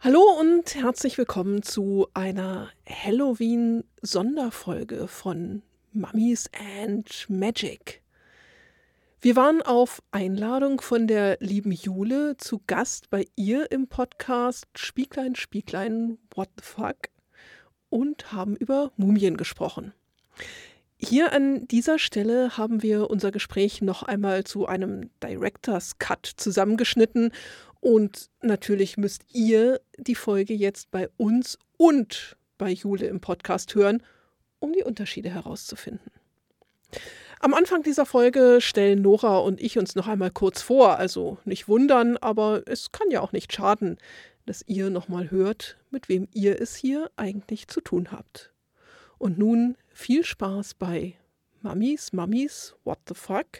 Hallo und herzlich willkommen zu einer Halloween-Sonderfolge von Mummies and Magic. Wir waren auf Einladung von der lieben Jule zu Gast bei ihr im Podcast Spieglein, Spieglein, what the fuck? Und haben über Mumien gesprochen. Hier an dieser Stelle haben wir unser Gespräch noch einmal zu einem Director's Cut zusammengeschnitten. Und natürlich müsst ihr die Folge jetzt bei uns und bei Jule im Podcast hören, um die Unterschiede herauszufinden. Am Anfang dieser Folge stellen Nora und ich uns noch einmal kurz vor, also nicht wundern, aber es kann ja auch nicht schaden, dass ihr nochmal hört, mit wem ihr es hier eigentlich zu tun habt. Und nun viel Spaß bei Mummies, what the fuck?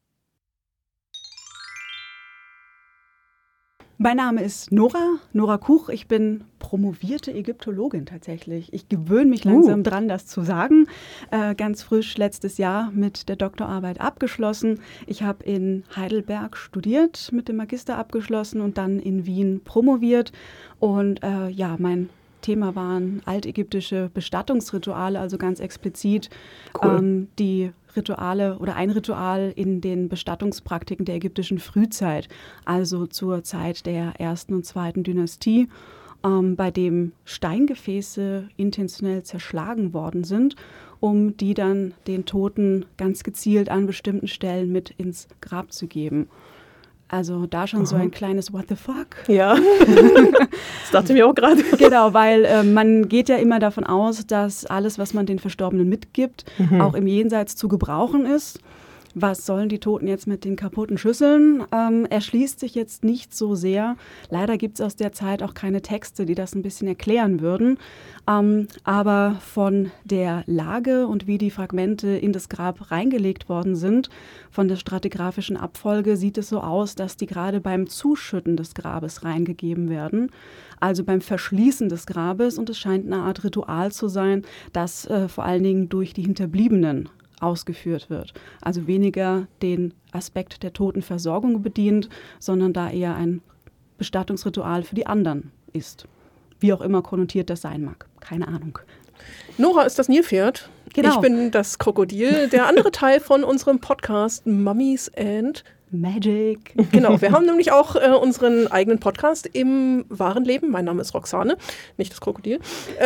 Mein Name ist Nora Kuch. Ich bin promovierte Ägyptologin tatsächlich. Ich gewöhne mich langsam dran, das zu sagen. Ganz frisch letztes Jahr mit der Doktorarbeit abgeschlossen. Ich habe in Heidelberg studiert, mit dem Magister abgeschlossen und dann in Wien promoviert. Und mein Thema waren altägyptische Bestattungsrituale, also ganz explizit die Rituale oder ein Ritual in den Bestattungspraktiken der ägyptischen Frühzeit, also zur Zeit der 1. und 2. Dynastie, bei dem Steingefäße intentionell zerschlagen worden sind, um die dann den Toten ganz gezielt an bestimmten Stellen mit ins Grab zu geben. Also da schon so ein kleines What the fuck? Ja, das dachte ich mir auch gerade. Genau, weil man geht ja immer davon aus, dass alles, was man den Verstorbenen mitgibt, auch im Jenseits zu gebrauchen ist. Was sollen die Toten jetzt mit den kaputten Schüsseln? Erschließt sich jetzt nicht so sehr. Leider gibt es aus der Zeit auch keine Texte, die das ein bisschen erklären würden. Aber von der Lage und wie die Fragmente in das Grab reingelegt worden sind, von der stratigraphischen Abfolge sieht es so aus, dass die gerade beim Zuschütten des Grabes reingegeben werden. Also beim Verschließen des Grabes. Und es scheint eine Art Ritual zu sein, das vor allen Dingen durch die Hinterbliebenen ausgeführt wird. Also weniger den Aspekt der Totenversorgung bedient, sondern da eher ein Bestattungsritual für die anderen ist. Wie auch immer konnotiert das sein mag. Keine Ahnung. Nora ist das Nilpferd. Genau. Ich bin das Krokodil. Der andere Teil von unserem Podcast Mummies and Magic. Genau, wir haben nämlich auch unseren eigenen Podcast im wahren Leben. Mein Name ist Roxane, nicht das Krokodil.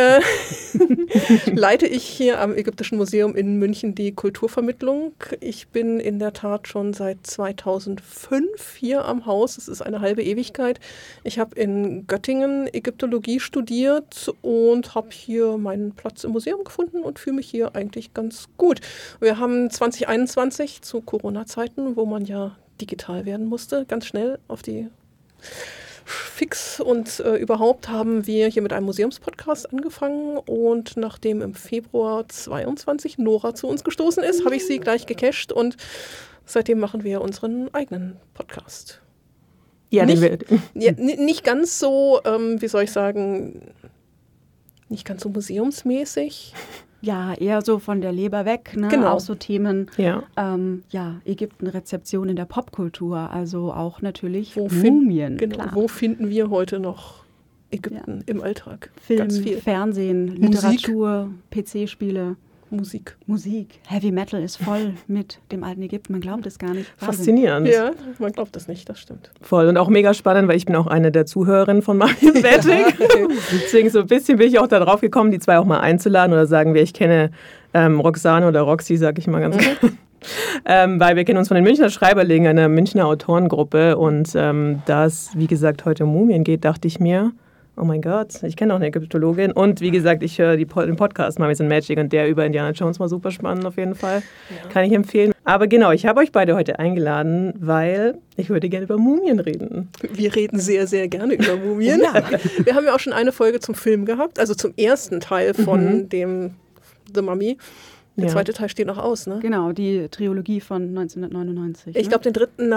Leite ich hier am Ägyptischen Museum in München die Kulturvermittlung. Ich bin in der Tat schon seit 2005 hier am Haus. Es ist eine halbe Ewigkeit. Ich habe in Göttingen Ägyptologie studiert und habe hier meinen Platz im Museum gefunden und fühle mich hier eigentlich ganz gut. Wir haben 2021 zu Corona-Zeiten, wo man ja digital werden musste, ganz schnell auf die Fix und überhaupt haben wir hier mit einem Museumspodcast angefangen und nachdem im Februar 22 Nora zu uns gestoßen ist, habe ich sie gleich gecached und seitdem machen wir unseren eigenen Podcast. Ja, nicht ganz so, wie soll ich sagen, nicht ganz so museumsmäßig. Ja, eher so von der Leber weg, ne? Genau. Auch so Themen, Ja. Ägypten-Rezeption in der Popkultur, also auch natürlich Wo Mumien. Genau. Wo finden wir heute noch Ägypten im Alltag? Film, Ganz viel. Fernsehen, Musik. Literatur, PC-Spiele, Musik. Heavy Metal ist voll mit dem alten Ägypten, man glaubt es gar nicht. Wahnsinn. Faszinierend. Ja, man glaubt das nicht, das stimmt. Voll. Und auch mega spannend, weil ich bin auch eine der Zuhörerinnen von Mummies Magic. Deswegen so ein bisschen bin ich auch da drauf gekommen, die zwei auch mal einzuladen oder sagen wir, ich kenne Roxane oder Roxy, sag ich mal ganz gerne. Weil wir kennen uns von den Münchner Schreiberlingen, einer Münchner Autorengruppe. Und da es, wie gesagt, heute um Mumien geht, dachte ich mir, oh mein Gott, ich kenne auch eine Ägyptologin. Und wie gesagt, ich höre den Podcast Mummies and Magic und der über Indiana Jones war super spannend auf jeden Fall. Ja. Kann ich empfehlen. Aber genau, ich habe euch beide heute eingeladen, weil ich würde gerne über Mumien reden. Wir reden sehr, sehr gerne über Mumien. Ja. Wir haben ja auch schon eine Folge zum Film gehabt, also zum ersten Teil von dem The Mummy. Der zweite Teil steht noch aus, ne? Genau, die Trilogie von 1999. Ich glaube, den dritten.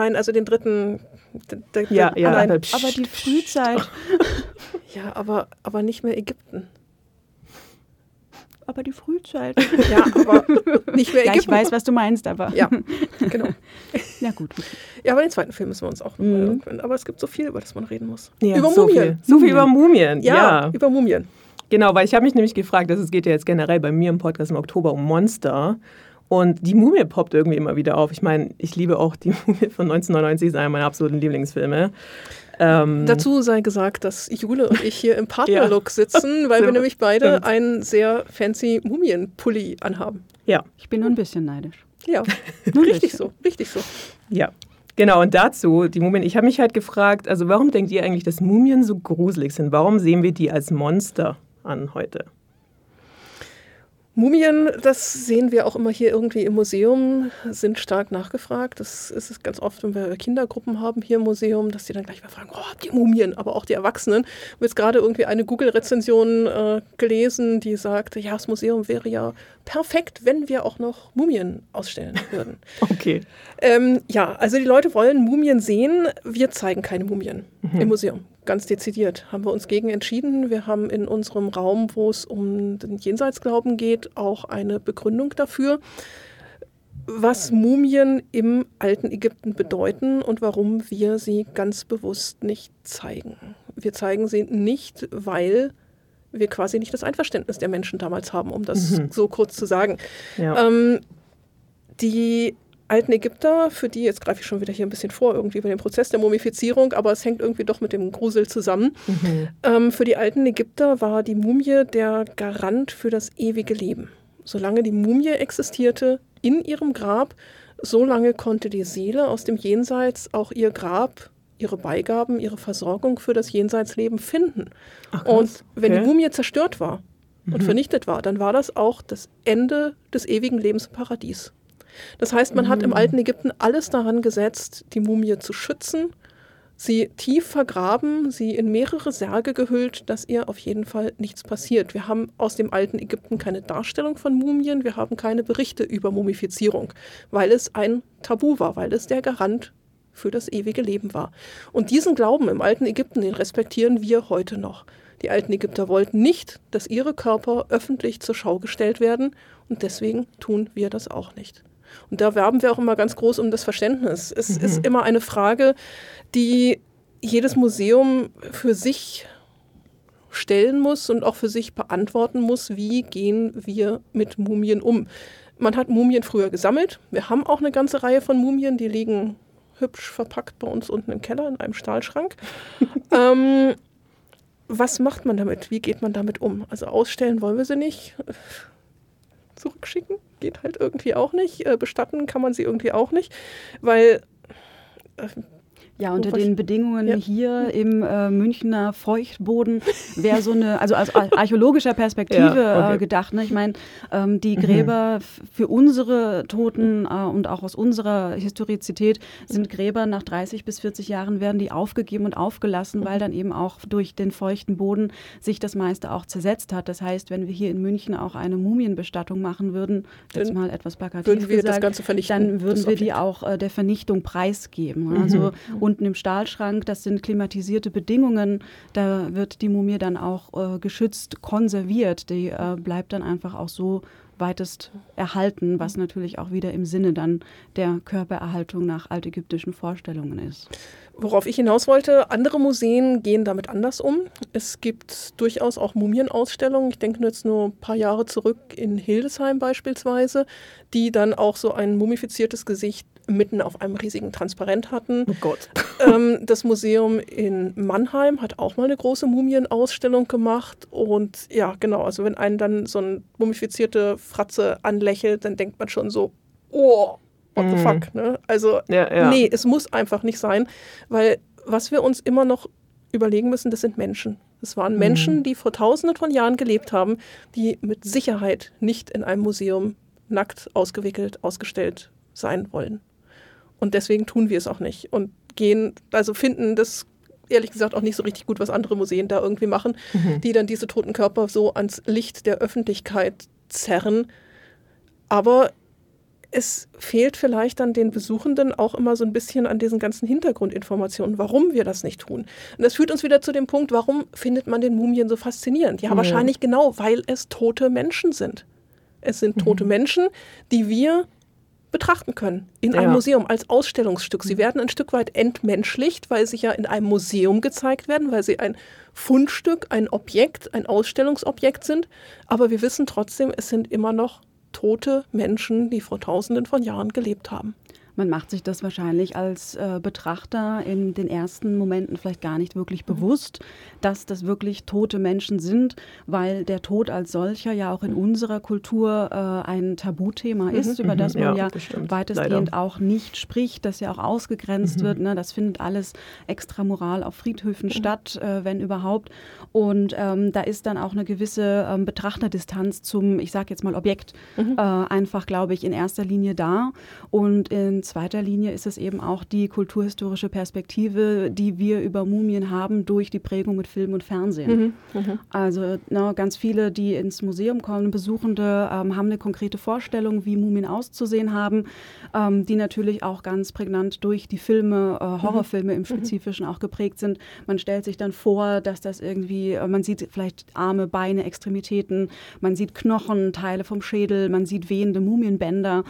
Aber die Frühzeit. Ja, aber nicht mehr Ägypten. aber die Frühzeit. Ja, aber nicht mehr Ägypten. Ja, ich weiß, was du meinst, aber... Ja, genau. Ja, gut. Ja, aber den zweiten Film müssen wir uns auch noch mal irgendwann. Aber es gibt so viel, über das man reden muss. Ja, über so Mumien. So viel über Mumien, ja. Über Mumien. Genau, weil ich habe mich nämlich gefragt, es geht ja jetzt generell bei mir im Podcast im Oktober um Monster. Und die Mumie poppt irgendwie immer wieder auf. Ich meine, ich liebe auch die Mumie von 1999, ist einer meiner absoluten Lieblingsfilme. Dazu sei gesagt, dass Jule und ich hier im Partnerlook sitzen, weil wir nämlich beide einen sehr fancy Mumien-Pulli anhaben. Ja. Ich bin nur ein bisschen neidisch. Ja, richtig so. Ja, genau. Und dazu, die Mumien, ich habe mich halt gefragt, also warum denkt ihr eigentlich, dass Mumien so gruselig sind? Warum sehen wir die als Monster an heute? Mumien, das sehen wir auch immer hier irgendwie im Museum, sind stark nachgefragt. Das ist es ganz oft, wenn wir Kindergruppen haben hier im Museum, dass die dann gleich mal fragen, habt ihr Mumien? Aber auch die Erwachsenen. Ich habe jetzt gerade irgendwie eine Google-Rezension gelesen, die sagte, ja, das Museum wäre ja perfekt, wenn wir auch noch Mumien ausstellen würden. Okay. Ja, also die Leute wollen Mumien sehen. Wir zeigen keine Mumien im Museum. Ganz dezidiert haben wir uns gegen entschieden. Wir haben in unserem Raum, wo es um den Jenseitsglauben geht, auch eine Begründung dafür, was Mumien im alten Ägypten bedeuten und warum wir sie ganz bewusst nicht zeigen. Wir zeigen sie nicht, weil wir quasi nicht das Einverständnis der Menschen damals haben, um das so kurz zu sagen. Ja. Die alten Ägypter, für die, jetzt greife ich schon wieder hier ein bisschen vor, irgendwie bei dem Prozess der Mumifizierung, aber es hängt irgendwie doch mit dem Grusel zusammen. Für die alten Ägypter war die Mumie der Garant für das ewige Leben. Solange die Mumie existierte in ihrem Grab, solange konnte die Seele aus dem Jenseits auch ihr Grab, ihre Beigaben, ihre Versorgung für das Jenseitsleben finden. Ach, und wenn die Mumie zerstört war und vernichtet war, dann war das auch das Ende des ewigen Lebens im Paradies. Das heißt, man hat im alten Ägypten alles daran gesetzt, die Mumie zu schützen, sie tief vergraben, sie in mehrere Särge gehüllt, dass ihr auf jeden Fall nichts passiert. Wir haben aus dem alten Ägypten keine Darstellung von Mumien, wir haben keine Berichte über Mumifizierung, weil es ein Tabu war, weil es der Garant für das ewige Leben war. Und diesen Glauben im alten Ägypten, den respektieren wir heute noch. Die alten Ägypter wollten nicht, dass ihre Körper öffentlich zur Schau gestellt werden und deswegen tun wir das auch nicht. Und da werben wir auch immer ganz groß um das Verständnis. Es ist immer eine Frage, die jedes Museum für sich stellen muss und auch für sich beantworten muss, wie gehen wir mit Mumien um. Man hat Mumien früher gesammelt. Wir haben auch eine ganze Reihe von Mumien, die liegen hübsch verpackt bei uns unten im Keller in einem Stahlschrank. Was macht man damit? Wie geht man damit um? Also ausstellen wollen wir sie nicht. Zurückschicken geht halt irgendwie auch nicht. Bestatten kann man sie irgendwie auch nicht, weil... Ja, unter den Bedingungen hier im Münchner Feuchtboden wäre so eine, also aus archäologischer Perspektive gedacht. Ne? Ich meine, die Gräber für unsere Toten und auch aus unserer Historizität sind Gräber nach 30 bis 40 Jahren werden die aufgegeben und aufgelassen, weil dann eben auch durch den feuchten Boden sich das meiste auch zersetzt hat. Das heißt, wenn wir hier in München auch eine Mumienbestattung machen würden, jetzt mal etwas plakativ gesagt, das Ganze vernichten, dann würden wir die auch der Vernichtung preisgeben. Also unten im Stahlschrank, das sind klimatisierte Bedingungen, da wird die Mumie dann auch geschützt konserviert. Die bleibt dann einfach auch so weitest erhalten, was natürlich auch wieder im Sinne dann der Körpererhaltung nach altägyptischen Vorstellungen ist. Worauf ich hinaus wollte, andere Museen gehen damit anders um. Es gibt durchaus auch Mumienausstellungen, ich denke jetzt nur ein paar Jahre zurück in Hildesheim beispielsweise, die dann auch so ein mumifiziertes Gesicht mitten auf einem riesigen Transparent hatten. Oh Gott. Das Museum in Mannheim hat auch mal eine große Mumienausstellung gemacht. Und ja, genau, also wenn einen dann so eine mumifizierte Fratze anlächelt, dann denkt man schon so, oh, what the fuck, ne? Also, nee, es muss einfach nicht sein, weil was wir uns immer noch überlegen müssen, das sind Menschen. Es waren Menschen, die vor Tausenden von Jahren gelebt haben, die mit Sicherheit nicht in einem Museum nackt ausgewickelt, ausgestellt sein wollen. Und deswegen tun wir es auch nicht und finden das ehrlich gesagt auch nicht so richtig gut, was andere Museen da irgendwie machen, die dann diese toten Körper so ans Licht der Öffentlichkeit zerren. Aber es fehlt vielleicht dann den Besuchenden auch immer so ein bisschen an diesen ganzen Hintergrundinformationen, warum wir das nicht tun. Und das führt uns wieder zu dem Punkt, warum findet man den Mumien so faszinierend? Ja, wahrscheinlich genau, weil es tote Menschen sind. Es sind tote Menschen, die wir betrachten können in einem Museum als Ausstellungsstück. Sie werden ein Stück weit entmenschlicht, weil sie ja in einem Museum gezeigt werden, weil sie ein Fundstück, ein Objekt, ein Ausstellungsobjekt sind. Aber wir wissen trotzdem, es sind immer noch tote Menschen, die vor Tausenden von Jahren gelebt haben. Man macht sich das wahrscheinlich als Betrachter in den ersten Momenten vielleicht gar nicht wirklich bewusst, dass das wirklich tote Menschen sind, weil der Tod als solcher ja auch in unserer Kultur ein Tabuthema ist, über das man weitestgehend leider auch nicht spricht, das ja auch ausgegrenzt wird. Ne? Das findet alles extramoral auf Friedhöfen statt, wenn überhaupt. Und da ist dann auch eine gewisse Betrachterdistanz zum, ich sage jetzt mal, Objekt einfach, glaube ich, in erster Linie da. Und in zweiter Linie ist es eben auch die kulturhistorische Perspektive, die wir über Mumien haben durch die Prägung mit Film und Fernsehen. Also ganz viele, die ins Museum kommen, Besuchende, haben eine konkrete Vorstellung, wie Mumien auszusehen haben, die natürlich auch ganz prägnant durch die Filme, Horrorfilme im Spezifischen auch geprägt sind. Man stellt sich dann vor, dass das irgendwie, man sieht vielleicht Arme, Beine, Extremitäten, man sieht Knochen, Teile vom Schädel, man sieht wehende Mumienbänder.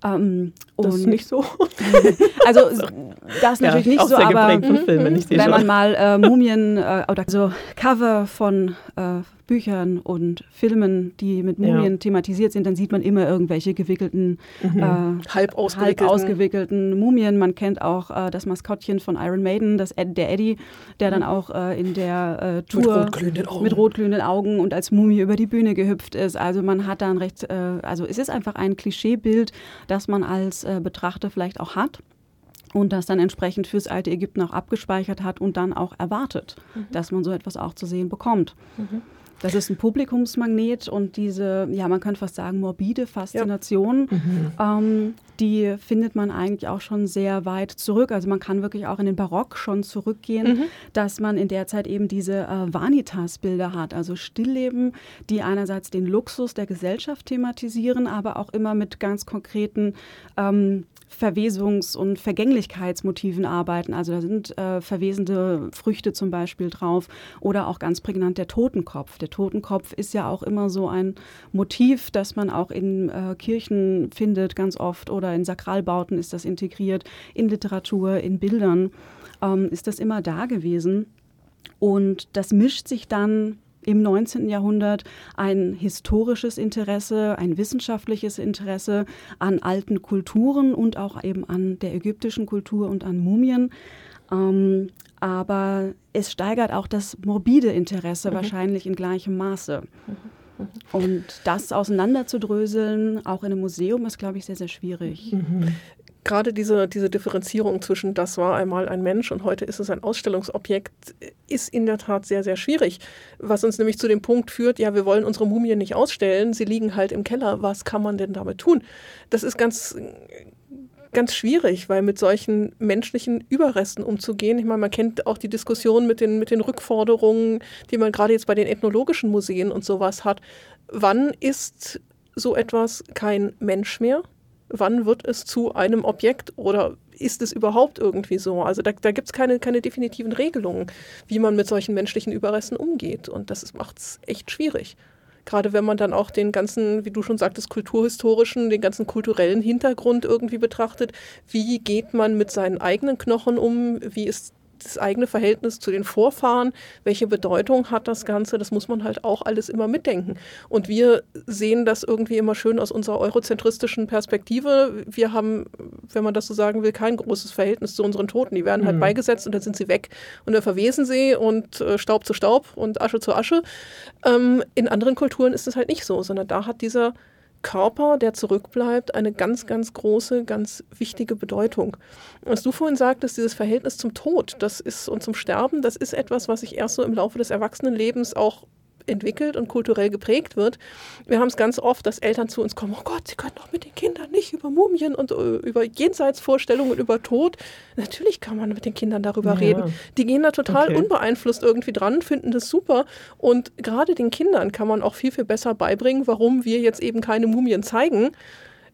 Das ist nicht so. Also das natürlich nicht so, aber Filmen, wenn man mal Mumien oder so Cover von Büchern und Filmen, die mit Mumien thematisiert sind, dann sieht man immer irgendwelche gewickelten, halb ausgewickelten Mumien. Man kennt auch das Maskottchen von Iron Maiden, der Eddie, der dann auch in der Tour mit rotglühenden Augen und als Mumie über die Bühne gehüpft ist. Also man hat da ein recht, also es ist einfach ein Klischeebild, das man als Betrachter vielleicht auch hat. Und das dann entsprechend fürs alte Ägypten auch abgespeichert hat und dann auch erwartet, dass man so etwas auch zu sehen bekommt. Das ist ein Publikumsmagnet und diese, man könnte fast sagen, morbide Faszination, die findet man eigentlich auch schon sehr weit zurück. Also man kann wirklich auch in den Barock schon zurückgehen, dass man in der Zeit eben diese Vanitas-Bilder hat, also Stillleben, die einerseits den Luxus der Gesellschaft thematisieren, aber auch immer mit ganz konkreten Verwesungs- und Vergänglichkeitsmotiven arbeiten. Also da sind verwesende Früchte zum Beispiel drauf oder auch ganz prägnant der Totenkopf. Der Totenkopf ist ja auch immer so ein Motiv, das man auch in Kirchen findet ganz oft oder in Sakralbauten ist das integriert, in Literatur, in Bildern ist das immer da gewesen. Und das mischt sich dann im 19. Jahrhundert ein historisches Interesse, ein wissenschaftliches Interesse an alten Kulturen und auch eben an der ägyptischen Kultur und an Mumien. Aber es steigert auch das morbide Interesse wahrscheinlich in gleichem Maße. Und das auseinanderzudröseln, auch in einem Museum, ist, glaube ich, sehr, sehr schwierig. Gerade diese Differenzierung zwischen das war einmal ein Mensch und heute ist es ein Ausstellungsobjekt, ist in der Tat sehr, sehr schwierig. Was uns nämlich zu dem Punkt führt, ja, wir wollen unsere Mumien nicht ausstellen, sie liegen halt im Keller, was kann man denn damit tun? Das ist ganz schwierig, weil mit solchen menschlichen Überresten umzugehen, ich meine, man kennt auch die Diskussion mit den Rückforderungen, die man gerade jetzt bei den ethnologischen Museen und sowas hat. Wann ist so etwas kein Mensch mehr? Wann wird es zu einem Objekt oder ist es überhaupt irgendwie so? Also da gibt es keine definitiven Regelungen, wie man mit solchen menschlichen Überresten umgeht. Und das macht es echt schwierig. Gerade wenn man dann auch den ganzen, wie du schon sagtest, kulturhistorischen, den ganzen kulturellen Hintergrund irgendwie betrachtet. Wie geht man mit seinen eigenen Knochen um? Wie ist das eigene Verhältnis zu den Vorfahren? Welche Bedeutung hat das Ganze? Das muss man halt auch alles immer mitdenken. Und wir sehen das irgendwie immer schön aus unserer eurozentristischen Perspektive. Wir haben, wenn man das so sagen will, kein großes Verhältnis zu unseren Toten. Die werden halt beigesetzt und dann sind sie weg. Und dann verwesen sie und Staub zu Staub und Asche zu Asche. In anderen Kulturen ist es halt nicht so, sondern da hat dieser Körper, der zurückbleibt, eine ganz, ganz große, ganz wichtige Bedeutung. Was du vorhin sagtest, dieses Verhältnis zum Tod, und zum Sterben, das ist etwas, was sich erst so im Laufe des Erwachsenenlebens auch entwickelt und kulturell geprägt wird. Wir haben es ganz oft, dass Eltern zu uns kommen, oh Gott, sie können doch mit den Kindern nicht über Mumien und über Jenseitsvorstellungen, über Tod. Natürlich kann man mit den Kindern darüber reden. Die gehen da total unbeeinflusst irgendwie dran, finden das super. Und gerade den Kindern kann man auch viel, viel besser beibringen, warum wir jetzt eben keine Mumien zeigen,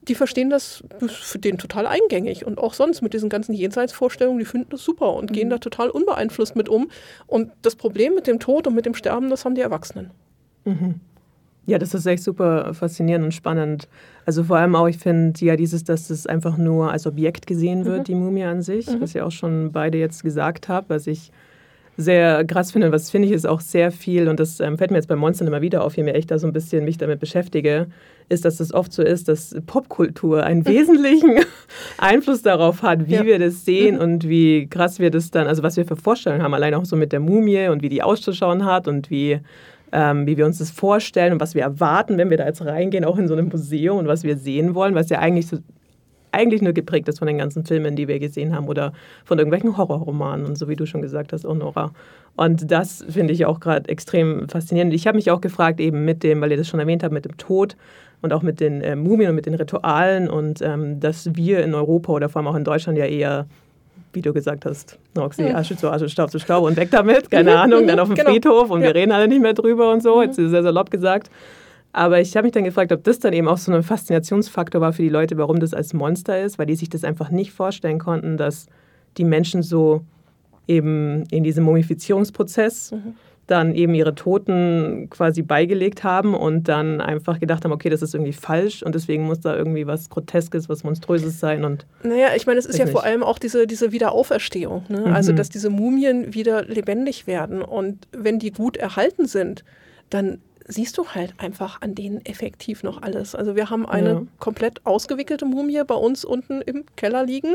die verstehen das für den total eingängig. Und auch sonst mit diesen ganzen Jenseitsvorstellungen, die finden das super und gehen da total unbeeinflusst mit um. Und das Problem mit dem Tod und mit dem Sterben, das haben die Erwachsenen. Mhm. Ja, das ist echt super faszinierend und spannend. Also vor allem auch, ich finde ja dass es einfach nur als Objekt gesehen wird, die Mumie an sich, was ihr auch schon beide jetzt gesagt habt, was ich sehr krass finde. Was finde ich ist auch sehr viel, und das fällt mir jetzt bei Monstern immer wieder auf, wie mir echt da so ein bisschen mich damit beschäftige, ist, dass es oft so ist, dass Popkultur einen wesentlichen Einfluss darauf hat, wie wir das sehen und wie krass wir das dann, also was wir für Vorstellungen haben, allein auch so mit der Mumie und wie die auszuschauen hat und wie wir uns das vorstellen und was wir erwarten, wenn wir da jetzt reingehen, auch in so einem Museum und was wir sehen wollen, was ja eigentlich nur geprägt ist von den ganzen Filmen, die wir gesehen haben oder von irgendwelchen Horrorromanen und so, wie du schon gesagt hast, auch Nora. Und das finde ich auch gerade extrem faszinierend. Ich habe mich auch gefragt, eben weil ihr das schon erwähnt habt, mit dem Tod und auch mit den Mumien und mit den Ritualen und dass wir in Europa oder vor allem auch in Deutschland ja eher, wie du gesagt hast, Roxy, Asche zu Asche, Staub zu Staub und weg damit, keine Ahnung, dann auf dem Friedhof und wir reden alle nicht mehr drüber und so, jetzt ist es sehr salopp gesagt. Aber ich habe mich dann gefragt, ob das dann eben auch so ein Faszinationsfaktor war für die Leute, warum das als Monster ist, weil die sich das einfach nicht vorstellen konnten, dass die Menschen so eben in diesem Mumifizierungsprozess dann eben ihre Toten quasi beigelegt haben und dann einfach gedacht haben, okay, das ist irgendwie falsch und deswegen muss da irgendwie was Groteskes, was Monströses sein. Und naja, ich meine, es ist ja vor allem auch diese Wiederauferstehung, ne? Also dass diese Mumien wieder lebendig werden und wenn die gut erhalten sind, dann siehst du halt einfach an denen effektiv noch alles. Also wir haben eine komplett ausgewickelte Mumie bei uns unten im Keller liegen.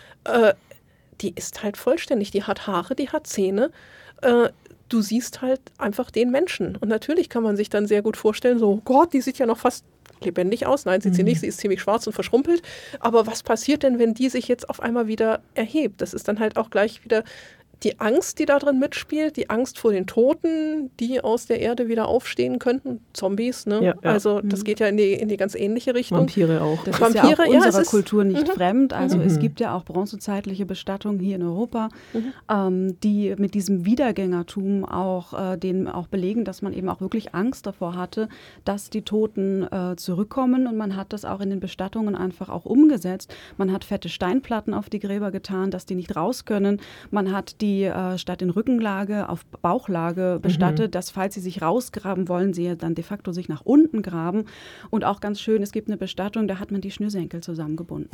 Die ist halt vollständig. Die hat Haare, die hat Zähne. Du siehst halt einfach den Menschen. Und natürlich kann man sich dann sehr gut vorstellen, so, oh Gott, die sieht ja noch fast lebendig aus. Nein, sieht sie nicht. Sie ist ziemlich schwarz und verschrumpelt. Aber was passiert denn, wenn die sich jetzt auf einmal wieder erhebt? Das ist dann halt auch gleich wieder die Angst, die da drin mitspielt, die Angst vor den Toten, die aus der Erde wieder aufstehen könnten. Zombies, ne? Ja. Also das geht ja in die ganz ähnliche Richtung. Vampire auch. Das ist ja auch unserer Kultur nicht fremd. Also es gibt ja auch bronzezeitliche Bestattungen hier in Europa, die mit diesem Wiedergängertum auch denen auch belegen, dass man eben auch wirklich Angst davor hatte, dass die Toten zurückkommen. Und man hat das auch in den Bestattungen einfach auch umgesetzt. Man hat fette Steinplatten auf die Gräber getan, dass die nicht raus können. Man hat die statt in Rückenlage auf Bauchlage bestattet, dass, falls sie sich rausgraben wollen, sie dann de facto sich nach unten graben. Und auch ganz schön, es gibt eine Bestattung, da hat man die Schnürsenkel zusammengebunden.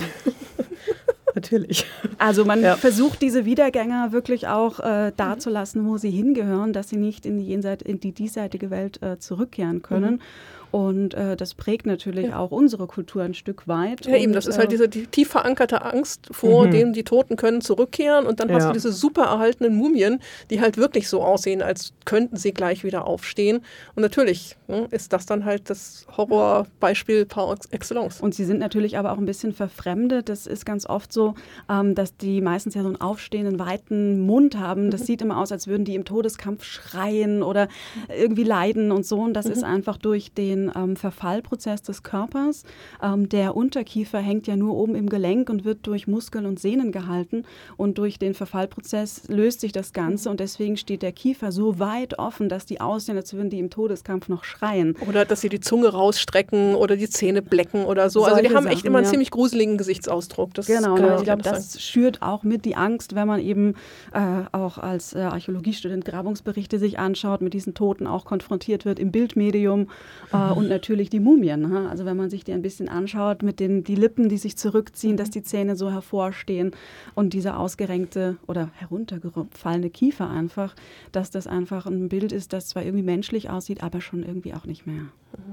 Natürlich. Also man versucht, diese Wiedergänger wirklich auch dazulassen, wo sie hingehören, dass sie nicht in die diesseitige Welt zurückkehren können. Und das prägt natürlich auch unsere Kultur ein Stück weit. Ja, eben, das ist halt diese tief verankerte Angst vor dem, die Toten können zurückkehren. Und dann hast du diese super erhaltenen Mumien, die halt wirklich so aussehen, als könnten sie gleich wieder aufstehen. Und natürlich ist das dann halt das Horrorbeispiel par excellence. Und sie sind natürlich aber auch ein bisschen verfremdet. Das ist ganz oft so, dass die meistens ja so einen aufstehenden, weiten Mund haben. Das sieht immer aus, als würden die im Todeskampf schreien oder irgendwie leiden und so. Und das ist einfach durch den Verfallprozess des Körpers. Der Unterkiefer hängt ja nur oben im Gelenk und wird durch Muskeln und Sehnen gehalten. Und durch den Verfallprozess löst sich das Ganze. Und deswegen steht der Kiefer so weit offen, dass die aussehen, als würden die im Todeskampf noch schreien. Oder dass sie die Zunge rausstrecken oder die Zähne blecken oder so. Also die haben echt immer einen ziemlich gruseligen Gesichtsausdruck. Das genau, ich glaube, das schürt auch mit die Angst, wenn man eben auch als Archäologiestudent Grabungsberichte sich anschaut, mit diesen Toten auch konfrontiert wird im Bildmedium. Und natürlich die Mumien. Also wenn man sich die ein bisschen anschaut, mit die Lippen, die sich zurückziehen, dass die Zähne so hervorstehen und dieser ausgerenkte oder heruntergefallene Kiefer einfach, dass das einfach ein Bild ist, das zwar irgendwie menschlich aussieht, aber schon irgendwie auch nicht mehr.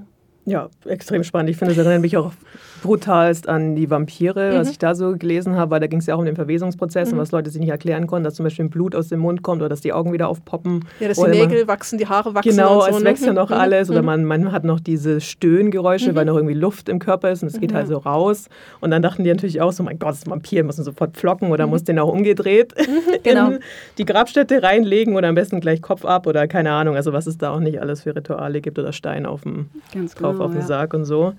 Ja, extrem spannend. Ich finde, das erinnert mich auch brutalst an die Vampire, was ich da so gelesen habe, weil da ging es ja auch um den Verwesungsprozess und was Leute sich nicht erklären konnten, dass zum Beispiel Blut aus dem Mund kommt oder dass die Augen wieder aufpoppen. Ja, dass die Nägel wachsen, die Haare wachsen. Genau, und so, es wächst ja noch alles oder man hat noch diese Stöhngeräusche, weil noch irgendwie Luft im Körper ist und es geht halt so raus. Und dann dachten die natürlich auch so, mein Gott, das ist ein Vampir, müssen sofort pflocken oder muss den auch umgedreht in die Grabstätte reinlegen oder am besten gleich Kopf ab oder keine Ahnung, also was es da auch nicht alles für Rituale gibt oder Stein auf dem Kopf. Auf den Sarg und so,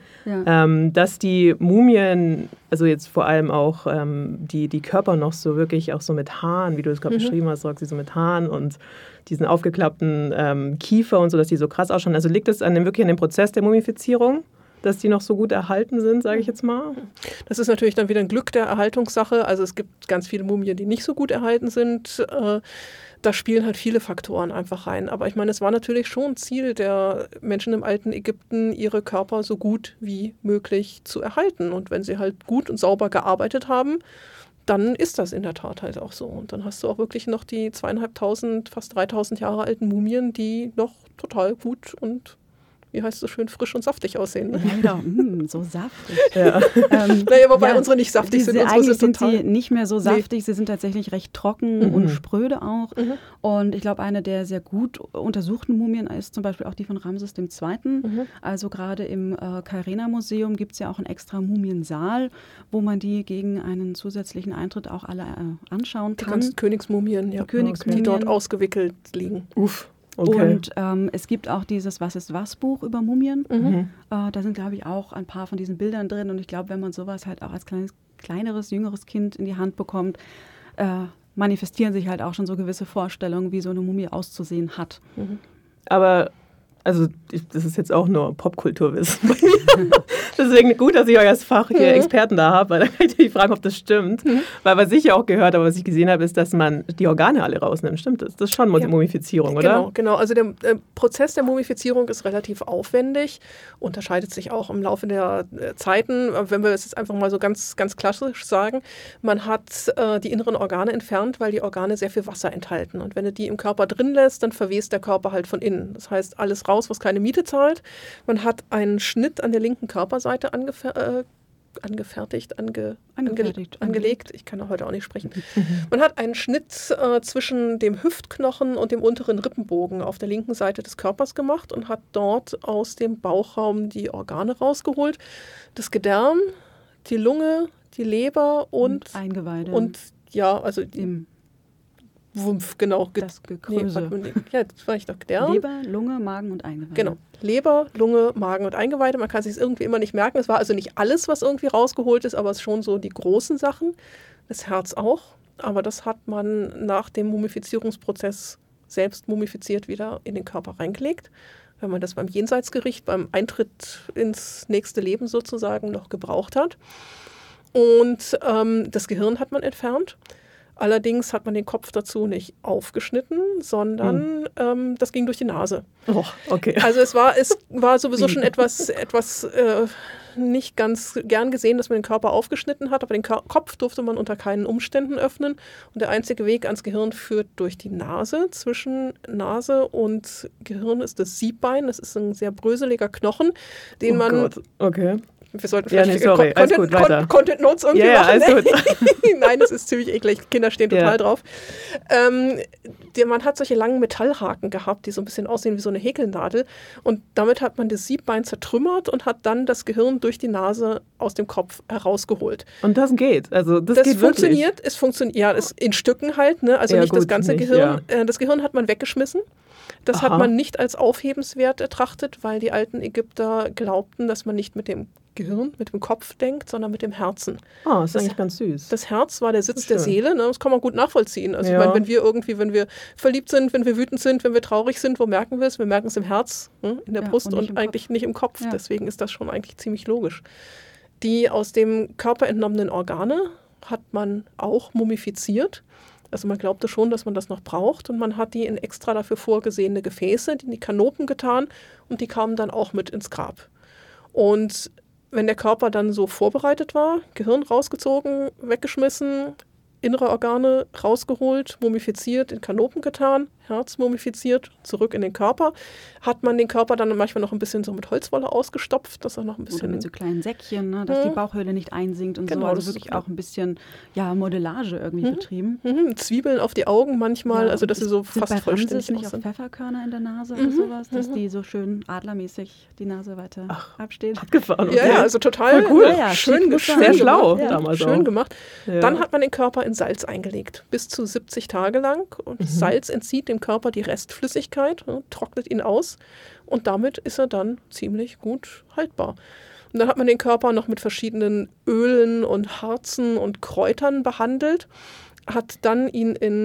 dass die Mumien, also jetzt vor allem auch die Körper noch so wirklich auch so mit Haaren, wie du es gerade beschrieben hast, Roxy, so mit Haaren und diesen aufgeklappten Kiefer und so, dass die so krass ausschauen. Also liegt es wirklich an dem Prozess der Mumifizierung? dass die noch so gut erhalten sind, sage ich jetzt mal? Das ist natürlich dann wieder ein Glück der Erhaltungssache. Also es gibt ganz viele Mumien, die nicht so gut erhalten sind. Da spielen halt viele Faktoren einfach rein. Aber ich meine, es war natürlich schon Ziel der Menschen im alten Ägypten, ihre Körper so gut wie möglich zu erhalten. Und wenn sie halt gut und sauber gearbeitet haben, dann ist das in der Tat halt auch so. Und dann hast du auch wirklich noch die 2.500, fast 3.000 Jahre alten Mumien, die noch total gut und, wie heißt es so schön, frisch und saftig aussehen. Ne? Ja, so saftig. Ja. Naja, wobei unsere nicht saftig sind. Eigentlich sind sie nicht mehr so saftig, sie sind tatsächlich recht trocken und spröde auch. Und ich glaube, eine der sehr gut untersuchten Mumien ist zum Beispiel auch die von Ramses II. Also gerade im Cairena-Museum gibt es ja auch einen extra Mumiensaal, wo man die gegen einen zusätzlichen Eintritt auch alle anschauen kann. Die ganzen Königsmumien, ja. Die dort ausgewickelt liegen. Uff. Okay. Und es gibt auch dieses Was ist was Buch über Mumien. Da sind, glaube ich, auch ein paar von diesen Bildern drin. Und ich glaube, wenn man sowas halt auch als kleineres, jüngeres Kind in die Hand bekommt, manifestieren sich halt auch schon so gewisse Vorstellungen, wie so eine Mumie auszusehen hat. Aber also das ist jetzt auch nur Popkulturwissen. Deswegen gut, dass ich euch als Fach hier Experten da habe, weil dann kann ich dich fragen, ob das stimmt. Weil was ich ja auch gehört habe, was ich gesehen habe, ist, dass man die Organe alle rausnimmt. Stimmt das? Das ist schon Mumifizierung, oder? Genau. Also der Prozess der Mumifizierung ist relativ aufwendig, unterscheidet sich auch im Laufe der Zeiten. Wenn wir es jetzt einfach mal so ganz, ganz klassisch sagen, man hat die inneren Organe entfernt, weil die Organe sehr viel Wasser enthalten. Und wenn du die im Körper drin lässt, dann verwest der Körper halt von innen. Das heißt, alles raus, was keine Miete zahlt. Man hat einen Schnitt an der linken Körperseite angelegt. Ich kann heute auch nicht sprechen. Man hat einen Schnitt zwischen dem Hüftknochen und dem unteren Rippenbogen auf der linken Seite des Körpers gemacht und hat dort aus dem Bauchraum die Organe rausgeholt. Das Gedärm, die Lunge, die Leber und Eingeweide. Und ja, also im Wumpf, genau. Das Gekröse. Ja, das war ich doch Gedärm. Leber, Lunge, Magen und Eingeweide. Genau. Leber, Lunge, Magen und Eingeweide. Man kann es sich irgendwie immer nicht merken. Es war also nicht alles, was irgendwie rausgeholt ist, aber es schon so die großen Sachen. Das Herz auch. Aber das hat man nach dem Mumifizierungsprozess selbst mumifiziert wieder in den Körper reingelegt. Wenn man das beim Jenseitsgericht, beim Eintritt ins nächste Leben sozusagen noch gebraucht hat. Und das Gehirn hat man entfernt. Allerdings hat man den Kopf dazu nicht aufgeschnitten, sondern das ging durch die Nase. Oh, okay. Also es war sowieso schon etwas nicht ganz gern gesehen, dass man den Körper aufgeschnitten hat, aber den Kopf durfte man unter keinen Umständen öffnen. Und der einzige Weg ans Gehirn führt durch die Nase. Zwischen Nase und Gehirn ist das Siebbein. Das ist ein sehr bröseliger Knochen, den man... Gott. Okay. Wir sollten vielleicht Content Notes irgendwie machen. Alles gut. Nein, das ist ziemlich eklig. Kinder stehen total drauf. Man hat solche langen Metallhaken gehabt, die so ein bisschen aussehen wie so eine Häkelnadel. Und damit hat man das Siebbein zertrümmert und hat dann das Gehirn durch die Nase aus dem Kopf herausgeholt. Und das geht? Also das geht funktioniert. Wirklich? Es funktioniert, ja, in Stücken halt, ne? Also nicht das ganze Gehirn. Ja. Das Gehirn hat man weggeschmissen. Das hat man nicht als aufhebenswert ertrachtet, weil die alten Ägypter glaubten, dass man nicht mit dem Gehirn, mit dem Kopf denkt, sondern mit dem Herzen. Ah, das ist eigentlich ganz süß. Das Herz war der Sitz der Seele, ne? Das kann man gut nachvollziehen. Also ich meine, wenn wir verliebt sind, wenn wir wütend sind, wenn wir traurig sind, wo merken wir es? Wir merken es im Herz, in der Brust und eigentlich nicht im Kopf. Ja. Deswegen ist das schon eigentlich ziemlich logisch. Die aus dem Körper entnommenen Organe hat man auch mumifiziert. Also man glaubte schon, dass man das noch braucht und man hat die in extra dafür vorgesehene Gefäße, in die Kanopen getan und die kamen dann auch mit ins Grab. Und wenn der Körper dann so vorbereitet war, Gehirn rausgezogen, weggeschmissen, innere Organe rausgeholt, mumifiziert, in Kanopen getan, Herz mumifiziert, zurück in den Körper, hat man den Körper dann manchmal noch ein bisschen so mit Holzwolle ausgestopft, dass er noch ein bisschen... Oder mit so kleinen Säckchen, ne, dass die Bauchhöhle nicht einsinkt und so. Also wirklich auch ein bisschen Modellage irgendwie betrieben. Zwiebeln auf die Augen manchmal, also dass sie so fast vollständig nicht auch Pfefferkörner in der Nase oder sowas, dass die so schön adlermäßig die Nase weiter absteht. Abgefahren. Okay. Ja, also total cool. Schön sehr schlau damals schön gemacht. Ja. Dann hat man den Körper in Salz eingelegt, bis zu 70 Tage lang. Und Salz entzieht dem Körper die Restflüssigkeit, trocknet ihn aus und damit ist er dann ziemlich gut haltbar. Und dann hat man den Körper noch mit verschiedenen Ölen und Harzen und Kräutern behandelt, hat dann ihn in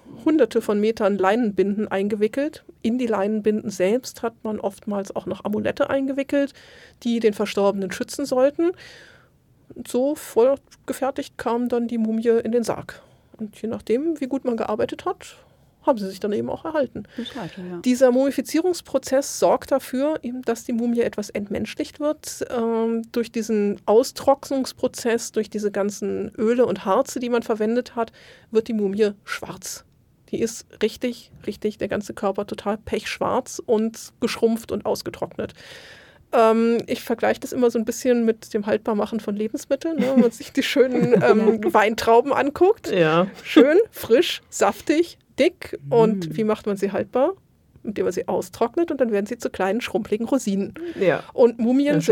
Hunderte von Metern Leinenbinden eingewickelt. In die Leinenbinden selbst hat man oftmals auch noch Amulette eingewickelt, die den Verstorbenen schützen sollten. Und so vorgefertigt kam dann die Mumie in den Sarg. Und je nachdem, wie gut man gearbeitet hat, haben sie sich dann eben auch erhalten. Ja. Dieser Mumifizierungsprozess sorgt dafür, eben, dass die Mumie etwas entmenschlicht wird. Durch diesen Austrocknungsprozess, durch diese ganzen Öle und Harze, die man verwendet hat, wird die Mumie schwarz. Die ist richtig, der ganze Körper total pechschwarz und geschrumpft und ausgetrocknet. Ich vergleiche das immer so ein bisschen mit dem Haltbarmachen von Lebensmitteln, ne? Wenn man sich die schönen Weintrauben anguckt. Ja. Schön, frisch, saftig, dick. Und wie macht man sie haltbar? Indem man sie austrocknet und dann werden sie zu kleinen, schrumpeligen Rosinen. Ja. Und Mumien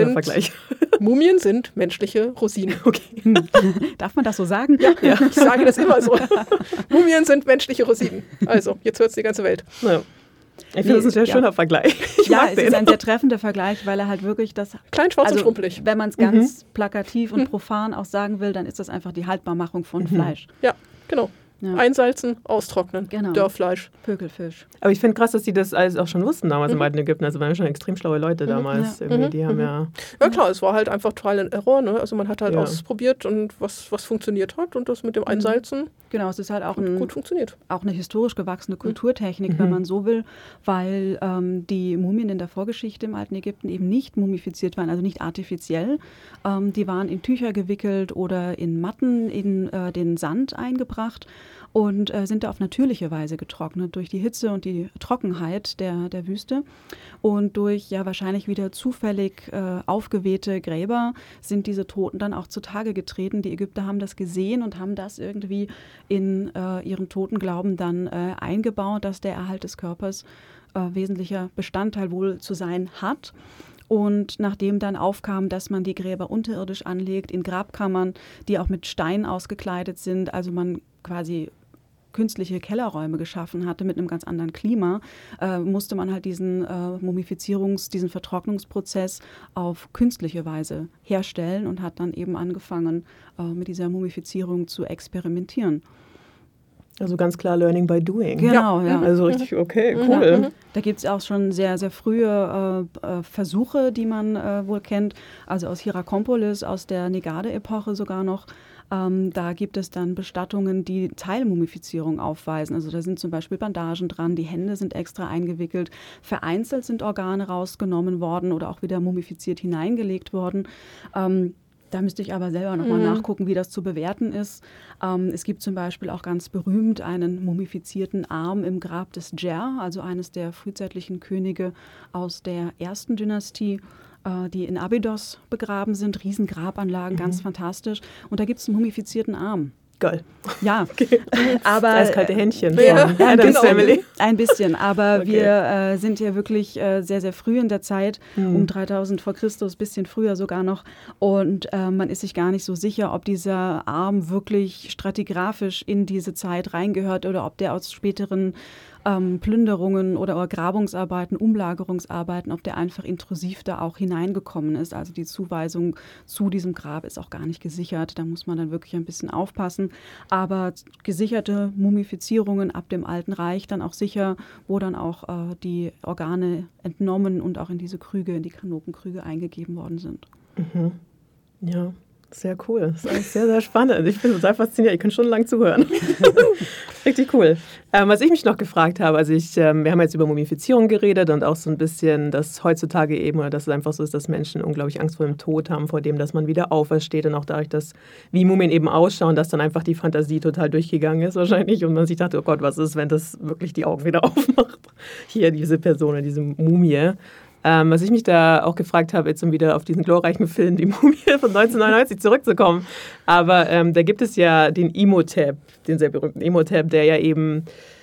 sind menschliche Rosinen. Okay. Darf man das so sagen? Ja, ich sage das immer so. Mumien sind menschliche Rosinen. Also, jetzt hört es die ganze Welt. Ja. Ich finde, das ist ein sehr schöner Vergleich. Es ist ein sehr treffender Vergleich, weil er halt wirklich das... Klein, schwarz und schrumpelig. Wenn man es ganz plakativ und profan auch sagen will, dann ist das einfach die Haltbarmachung von Fleisch. Ja, genau. Ja. Einsalzen, austrocknen, genau. Dörrfleisch. Pökelfisch. Aber ich finde krass, dass die das alles auch schon wussten damals im alten Ägypten. Also waren schon extrem schlaue Leute damals. Irgendwie, die haben ja klar, es war halt einfach Trial and Error. Ne? Also man hat halt ausprobiert und was funktioniert hat und das mit dem Einsalzen genau, es ist halt auch gut funktioniert. Auch eine historisch gewachsene Kulturtechnik, wenn man so will, weil die Mumien in der Vorgeschichte im alten Ägypten eben nicht mumifiziert waren, also nicht artifiziell. Die waren in Tücher gewickelt oder in Matten in den Sand eingebracht und sind da auf natürliche Weise getrocknet durch die Hitze und die Trockenheit der Wüste. Und durch wahrscheinlich wieder zufällig aufgewehte Gräber sind diese Toten dann auch zutage getreten. Die Ägypter haben das gesehen und haben das irgendwie in ihren Totenglauben dann eingebaut, dass der Erhalt des Körpers wesentlicher Bestandteil wohl zu sein hat. Und nachdem dann aufkam, dass man die Gräber unterirdisch anlegt, in Grabkammern, die auch mit Stein ausgekleidet sind, also man quasi künstliche Kellerräume geschaffen hatte mit einem ganz anderen Klima, musste man halt diesen diesen Vertrocknungsprozess auf künstliche Weise herstellen und hat dann eben angefangen, mit dieser Mumifizierung zu experimentieren. Also ganz klar Learning by Doing. Genau, ja. Also richtig, okay, cool. Da gibt es auch schon sehr, sehr frühe Versuche, die man wohl kennt, also aus Hierakonpolis, aus der Negade-Epoche sogar noch. Da gibt es dann Bestattungen, die Teilmumifizierung aufweisen. Also da sind zum Beispiel Bandagen dran, die Hände sind extra eingewickelt, vereinzelt sind Organe rausgenommen worden oder auch wieder mumifiziert hineingelegt worden. Da müsste ich aber selber nochmal nachgucken, wie das zu bewerten ist. Es gibt zum Beispiel auch ganz berühmt einen mumifizierten Arm im Grab des Djer, also eines der frühzeitlichen Könige aus der ersten Dynastie, die in Abydos begraben sind. Riesengrabanlagen, ganz fantastisch. Und da gibt es einen mumifizierten Arm. Geil. Ja, okay. Aber eiskalte Händchen. Adams Family. Ein bisschen, aber wir sind ja wirklich sehr, sehr früh in der Zeit, um 3000 vor Christus, bisschen früher sogar noch. Und man ist sich gar nicht so sicher, ob dieser Arm wirklich stratigraphisch in diese Zeit reingehört oder ob der aus späteren Plünderungen oder Grabungsarbeiten, Umlagerungsarbeiten, ob der einfach intrusiv da auch hineingekommen ist. Also die Zuweisung zu diesem Grab ist auch gar nicht gesichert. Da muss man dann wirklich ein bisschen aufpassen. Aber gesicherte Mumifizierungen ab dem Alten Reich dann auch sicher, wo dann auch die Organe entnommen und auch in diese Krüge, in die Kanopenkrüge eingegeben worden sind. Mhm. Ja. Sehr cool. Das ist sehr, sehr spannend. Ich bin total fasziniert. Ich kann schon lang zuhören. Richtig cool. Was ich mich noch gefragt habe, also wir haben jetzt über Mumifizierung geredet und auch so ein bisschen, dass heutzutage eben, oder dass es einfach so ist, dass Menschen unglaublich Angst vor dem Tod haben, vor dem, dass man wieder aufersteht und auch dadurch, dass wie Mumien eben ausschauen, dass dann einfach die Fantasie total durchgegangen ist wahrscheinlich und man sich dachte, oh Gott, was ist, wenn das wirklich die Augen wieder aufmacht? Hier diese Person, diese Mumie. Was ich mich da auch gefragt habe, jetzt um wieder auf diesen glorreichen Film, die Mumie von 1999 zurückzukommen, aber da gibt es ja den Imhotep, den sehr berühmten Imhotep, der ja eben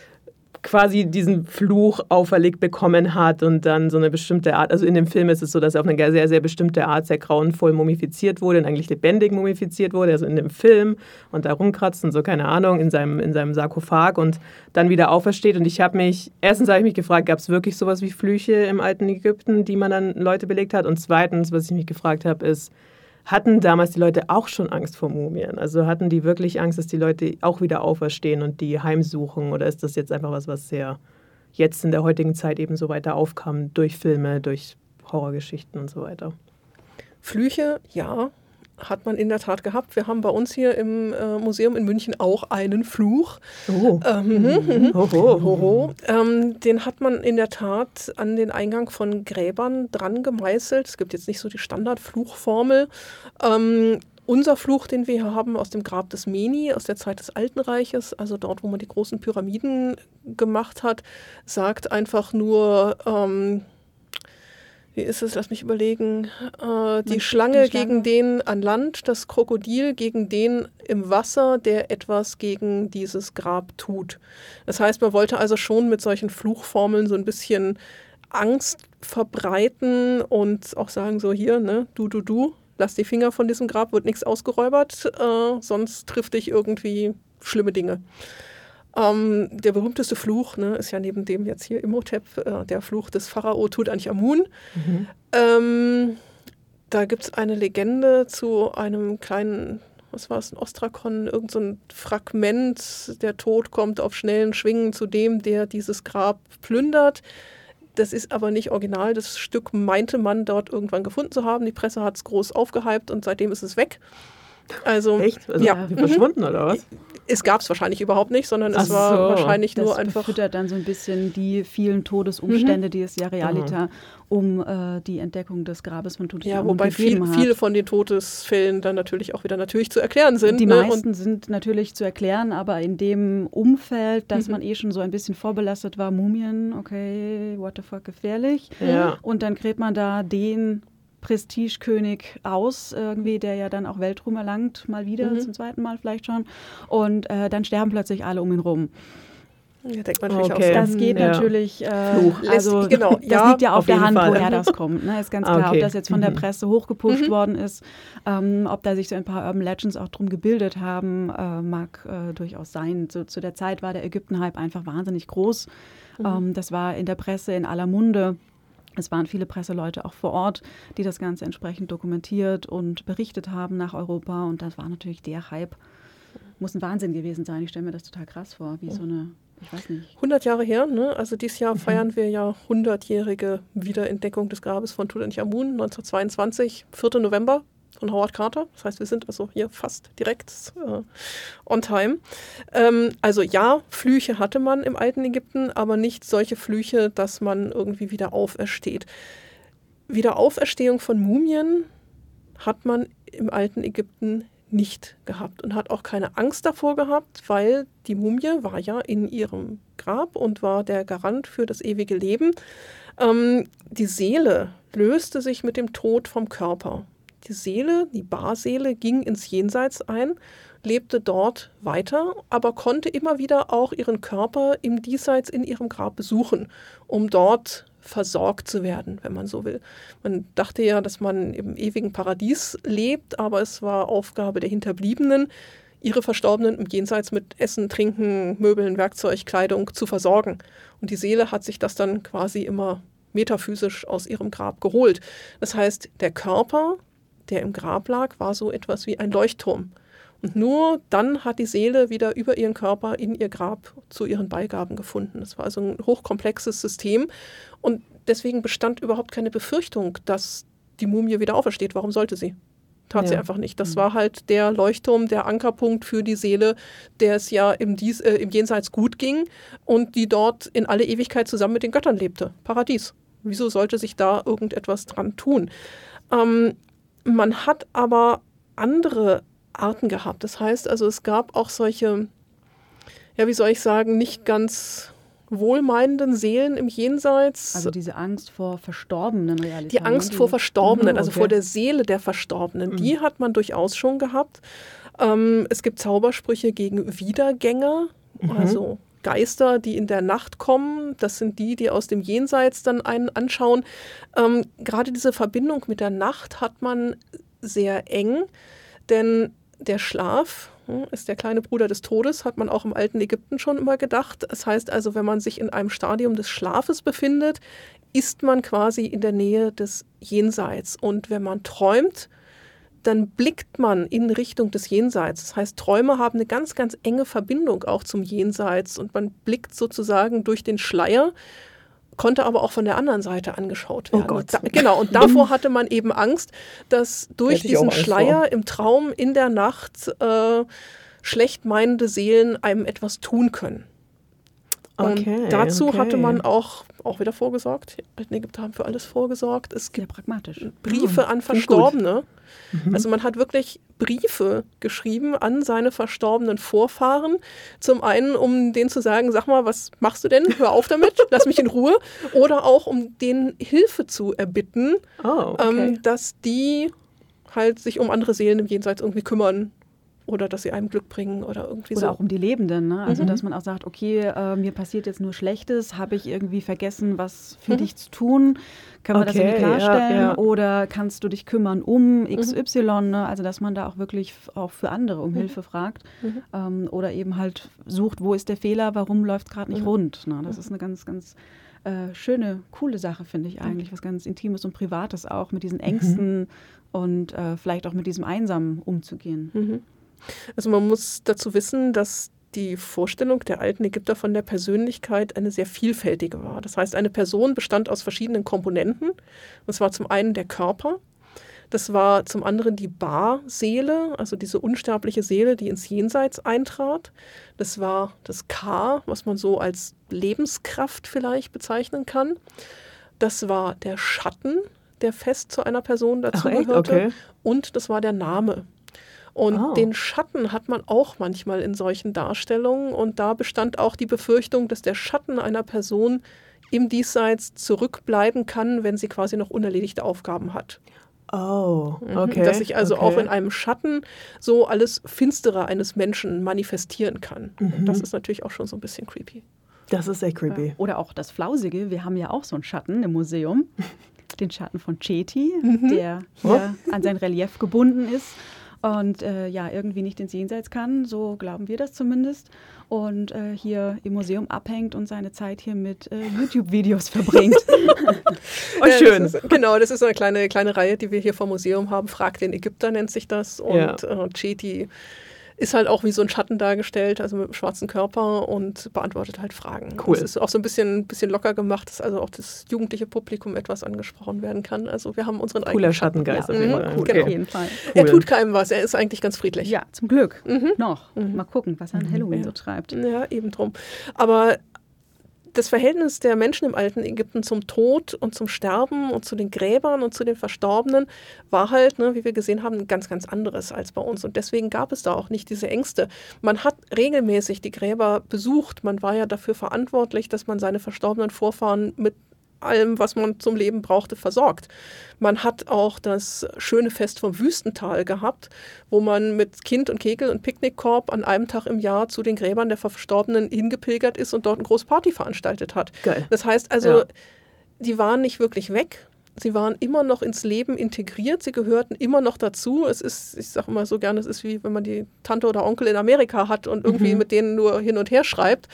quasi diesen Fluch auferlegt bekommen hat und dann so eine bestimmte Art, also in dem Film ist es so, dass er auf eine sehr, sehr bestimmte Art sehr grauenvoll mumifiziert wurde und eigentlich lebendig mumifiziert wurde, also in dem Film und da rumkratzt und so, keine Ahnung, in seinem Sarkophag und dann wieder aufersteht und erstens habe ich mich gefragt, gab es wirklich sowas wie Flüche im alten Ägypten, die man dann Leute belegt hat und zweitens, was ich mich gefragt habe, ist, hatten damals die Leute auch schon Angst vor Mumien? Also hatten die wirklich Angst, dass die Leute auch wieder auferstehen und die heimsuchen? Oder ist das jetzt einfach was sehr jetzt in der heutigen Zeit eben so weiter aufkam durch Filme, durch Horrorgeschichten und so weiter? Flüche, ja, hat man in der Tat gehabt. Wir haben bei uns hier im Museum in München auch einen Fluch. Oh. Den hat man in der Tat an den Eingang von Gräbern dran gemeißelt. Es gibt jetzt nicht so die Standardfluchformel. Unser Fluch, den wir hier haben, aus dem Grab des Meni, aus der Zeit des Alten Reiches, also dort, wo man die großen Pyramiden gemacht hat, sagt einfach nur, wie ist es, lass mich überlegen, die Schlange gegen den an Land, das Krokodil gegen den im Wasser, der etwas gegen dieses Grab tut. Das heißt, man wollte also schon mit solchen Fluchformeln so ein bisschen Angst verbreiten und auch sagen so, hier, ne, du, lass die Finger von diesem Grab, wird nichts ausgeräubert, sonst trifft dich irgendwie schlimme Dinge. Der berühmteste Fluch, ne, ist ja neben dem jetzt hier Imhotep, der Fluch des Pharao Tutanchamun. Da gibt es eine Legende zu einem kleinen, was war es, ein Ostrakon, irgend so ein Fragment, der Tod kommt auf schnellen Schwingen zu dem, der dieses Grab plündert. Das ist aber nicht original. Das Stück meinte man dort irgendwann gefunden zu haben. Die Presse hat es groß aufgehypt und seitdem ist es weg. Also, echt? Also ja. Verschwunden oder was? Es gab es wahrscheinlich überhaupt nicht, sondern es war wahrscheinlich nur einfach... Das befüttert dann so ein bisschen die vielen Todesumstände, die es ja realiter um die Entdeckung des Grabes von Tutanchamun gegeben hat. Viele von den Todesfällen dann natürlich auch wieder natürlich zu erklären sind. Die meisten sind natürlich zu erklären, aber in dem Umfeld, dass man schon so ein bisschen vorbelastet war, Mumien, okay, what the fuck, gefährlich. Ja. Und dann gräbt man da den Prestigekönig aus, irgendwie, der ja dann auch Weltruhm erlangt, mal wieder, zum zweiten Mal vielleicht schon. Und dann sterben plötzlich alle um ihn rum. Ja, denkt man natürlich auch so. Das geht natürlich, also genau, das liegt ja auf der Hand, woher das kommt. Ne? Ist ganz klar, ob das jetzt von der Presse hochgepusht worden ist, ob da sich so ein paar Urban Legends auch drum gebildet haben, mag durchaus sein. Zu der Zeit war der Ägypten-Hype einfach wahnsinnig groß. Das war in der Presse in aller Munde. Es waren viele Presseleute auch vor Ort, die das Ganze entsprechend dokumentiert und berichtet haben nach Europa. Und das war natürlich der Hype. Muss ein Wahnsinn gewesen sein. Ich stelle mir das total krass vor, wie so eine, ich weiß nicht. 100 Jahre her, ne? Also dieses Jahr feiern wir ja 100-jährige Wiederentdeckung des Grabes von Tutanchamun, 1922, 4. November. Von Howard Carter. Das heißt, wir sind also hier fast direkt on time. Also ja, Flüche hatte man im alten Ägypten, aber nicht solche Flüche, dass man irgendwie wieder aufersteht. Wiederauferstehung von Mumien hat man im alten Ägypten nicht gehabt und hat auch keine Angst davor gehabt, weil die Mumie war ja in ihrem Grab und war der Garant für das ewige Leben. Die Seele löste sich mit dem Tod vom Körper. Die Seele, die Barseele, ging ins Jenseits ein, lebte dort weiter, aber konnte immer wieder auch ihren Körper im Diesseits in ihrem Grab besuchen, um dort versorgt zu werden, wenn man so will. Man dachte ja, dass man im ewigen Paradies lebt, aber es war Aufgabe der Hinterbliebenen, ihre Verstorbenen im Jenseits mit Essen, Trinken, Möbeln, Werkzeug, Kleidung zu versorgen. Und die Seele hat sich das dann quasi immer metaphysisch aus ihrem Grab geholt. Das heißt, der Körper, der im Grab lag, war so etwas wie ein Leuchtturm. Und nur dann hat die Seele wieder über ihren Körper in ihr Grab zu ihren Beigaben gefunden. Das war also ein hochkomplexes System. Und deswegen bestand überhaupt keine Befürchtung, dass die Mumie wieder aufersteht. Warum sollte sie? Tat sie einfach nicht. Das war halt der Leuchtturm, der Ankerpunkt für die Seele, der es ja im Jenseits gut ging und die dort in alle Ewigkeit zusammen mit den Göttern lebte. Paradies. Wieso sollte sich da irgendetwas dran tun? Man hat aber andere Arten gehabt. Das heißt also, es gab auch solche, ja, wie soll ich sagen, nicht ganz wohlmeinenden Seelen im Jenseits. Also diese Angst vor Verstorbenen realität. Die Angst vor Verstorbenen, also vor der Seele der Verstorbenen, die hat man durchaus schon gehabt. Es gibt Zaubersprüche gegen Wiedergänger, also Geister, die in der Nacht kommen. Das sind die aus dem Jenseits dann einen anschauen. Gerade diese Verbindung mit der Nacht hat man sehr eng, denn der Schlaf ist der kleine Bruder des Todes, hat man auch im alten Ägypten schon immer gedacht. Das heißt also, wenn man sich in einem Stadium des Schlafes befindet, ist man quasi in der Nähe des Jenseits. Und wenn man träumt, dann blickt man in Richtung des Jenseits. Das heißt, Träume haben eine ganz, ganz enge Verbindung auch zum Jenseits und man blickt sozusagen durch den Schleier, konnte aber auch von der anderen Seite angeschaut werden. Oh Gott. Genau, und davor hatte man eben Angst, dass durch diesen Schleier im Traum in der Nacht schlecht meinende Seelen einem etwas tun können. Und dazu hatte man auch wieder vorgesorgt. Die alten Ägypter haben für alles vorgesorgt. Es gibt pragmatisch. Briefe an Verstorbene. Also man hat wirklich Briefe geschrieben an seine verstorbenen Vorfahren. Zum einen, um denen zu sagen, sag mal, was machst du denn? Hör auf damit, lass mich in Ruhe. Oder auch, um denen Hilfe zu erbitten, dass die halt sich um andere Seelen im Jenseits irgendwie kümmern. Oder dass sie einem Glück bringen oder irgendwie so. Oder auch um die Lebenden, ne? Also dass man auch sagt, okay, mir passiert jetzt nur Schlechtes, habe ich irgendwie vergessen, was für dich zu tun? Können wir das irgendwie klarstellen? Ja. Oder kannst du dich kümmern um XY? Ne? Also dass man da auch wirklich auch für andere um Hilfe fragt. Oder eben halt sucht, wo ist der Fehler, warum läuft es gerade nicht rund? Ne? Das ist eine ganz, ganz schöne, coole Sache, finde ich eigentlich. Was ganz Intimes und Privates auch, mit diesen Ängsten und vielleicht auch mit diesem Einsamen umzugehen. Also man muss dazu wissen, dass die Vorstellung der alten Ägypter von der Persönlichkeit eine sehr vielfältige war. Das heißt, eine Person bestand aus verschiedenen Komponenten. Das war zum einen der Körper, das war zum anderen die Ba-Seele, also diese unsterbliche Seele, die ins Jenseits eintrat. Das war das Ka, was man so als Lebenskraft vielleicht bezeichnen kann. Das war der Schatten, der fest zu einer Person dazugehörte. Okay. Und das war der Name. Und den Schatten hat man auch manchmal in solchen Darstellungen. Und da bestand auch die Befürchtung, dass der Schatten einer Person im Diesseits zurückbleiben kann, wenn sie quasi noch unerledigte Aufgaben hat. Oh, okay. Dass sich also auch in einem Schatten so alles Finstere eines Menschen manifestieren kann. Und das ist natürlich auch schon so ein bisschen creepy. Das ist echt creepy. Oder auch das Flausige. Wir haben ja auch so einen Schatten im Museum. Den Schatten von Cheti, der hier an sein Relief gebunden ist. Und irgendwie nicht ins Jenseits kann, so glauben wir das zumindest. Und hier im Museum abhängt und seine Zeit hier mit YouTube-Videos verbringt. Schön. Das ist so eine kleine Reihe, die wir hier vom Museum haben. Frag den Ägypter nennt sich das. Und Cheti ist halt auch wie so ein Schatten dargestellt, also mit einem schwarzen Körper und beantwortet halt Fragen. Cool. Es ist auch so ein bisschen locker gemacht, dass also auch das jugendliche Publikum etwas angesprochen werden kann. Also wir haben unseren eigenen Schattengeist auf jeden Fall. Cool. Genau. Auf jeden Fall. Cool. Er tut keinem was, er ist eigentlich ganz friedlich. Ja, zum Glück. Noch. Mal gucken, was er an Halloween so treibt. Ja, eben drum. Aber das Verhältnis der Menschen im alten Ägypten zum Tod und zum Sterben und zu den Gräbern und zu den Verstorbenen war halt, wie wir gesehen haben, ein ganz, ganz anderes als bei uns. Und deswegen gab es da auch nicht diese Ängste. Man hat regelmäßig die Gräber besucht. Man war ja dafür verantwortlich, dass man seine verstorbenen Vorfahren mit allem, was man zum Leben brauchte, versorgt. Man hat auch das schöne Fest vom Wüstental gehabt, wo man mit Kind und Kegel und Picknickkorb an einem Tag im Jahr zu den Gräbern der Verstorbenen hingepilgert ist und dort eine große Party veranstaltet hat. Geil. Das heißt also, die waren nicht wirklich weg. Sie waren immer noch ins Leben integriert, sie gehörten immer noch dazu. Es ist, ich sage immer so gerne, es ist wie wenn man die Tante oder Onkel in Amerika hat und irgendwie mit denen nur hin und her schreibt.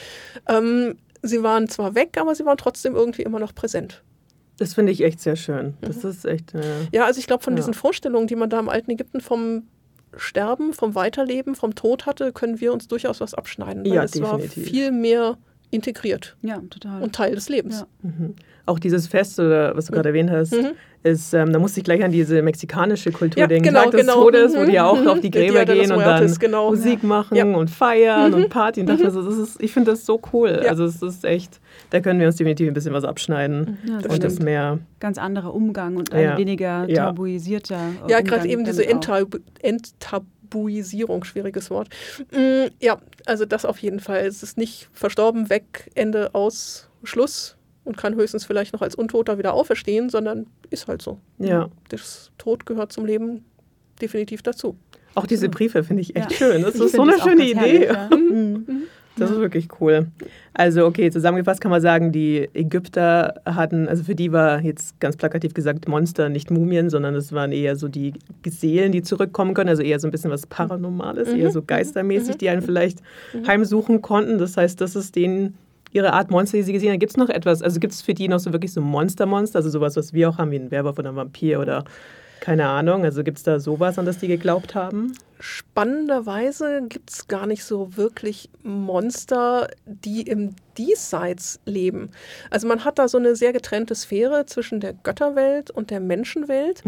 Sie waren zwar weg, aber sie waren trotzdem irgendwie immer noch präsent. Das finde ich echt sehr schön. Das ist echt... Ja, also ich glaube, von diesen Vorstellungen, die man da im alten Ägypten vom Sterben, vom Weiterleben, vom Tod hatte, können wir uns durchaus was abschneiden. Weil es war viel mehr integriert. Ja, total. Und Teil des Lebens. Ja. Auch dieses Fest, oder was du gerade erwähnt hast, ist, da musste ich gleich an diese mexikanische Kultur denken. Tag des Todes, wo die ja auch auf die Gräber gehen und dann Musik machen und feiern und Party. Und dachte mir so, ich finde das so cool. Ja. Also es ist echt, da können wir uns definitiv ein bisschen was abschneiden. Ja, das und das mehr... Ganz anderer Umgang und ein weniger tabuisierter Umgang. Ja, gerade eben diese Enttabuisierung, schwieriges Wort. Ja, also das auf jeden Fall. Es ist nicht verstorben, weg, Ende, aus, Schluss und kann höchstens vielleicht noch als Untoter wieder auferstehen, sondern ist halt so. Ja. Das Tod gehört zum Leben definitiv dazu. Auch diese Briefe finde ich echt schön. Das ist so eine schöne Idee. Herrlich, Das ist wirklich cool. Also okay, zusammengefasst kann man sagen, die Ägypter hatten, also für die war jetzt ganz plakativ gesagt Monster, nicht Mumien, sondern es waren eher so die Seelen, die zurückkommen können, also eher so ein bisschen was Paranormales, eher so geistermäßig, die einen vielleicht heimsuchen konnten. Das heißt, das ist denen ihre Art Monster, die sie gesehen haben. Gibt es noch etwas, also gibt es für die noch so wirklich so Monster, also sowas, was wir auch haben, wie ein Werwolf oder ein Vampir oder Keine Ahnung, also gibt es da sowas, an das die geglaubt haben? Spannenderweise gibt es gar nicht so wirklich Monster, die im Diesseits leben. Also man hat da so eine sehr getrennte Sphäre zwischen der Götterwelt und der Menschenwelt.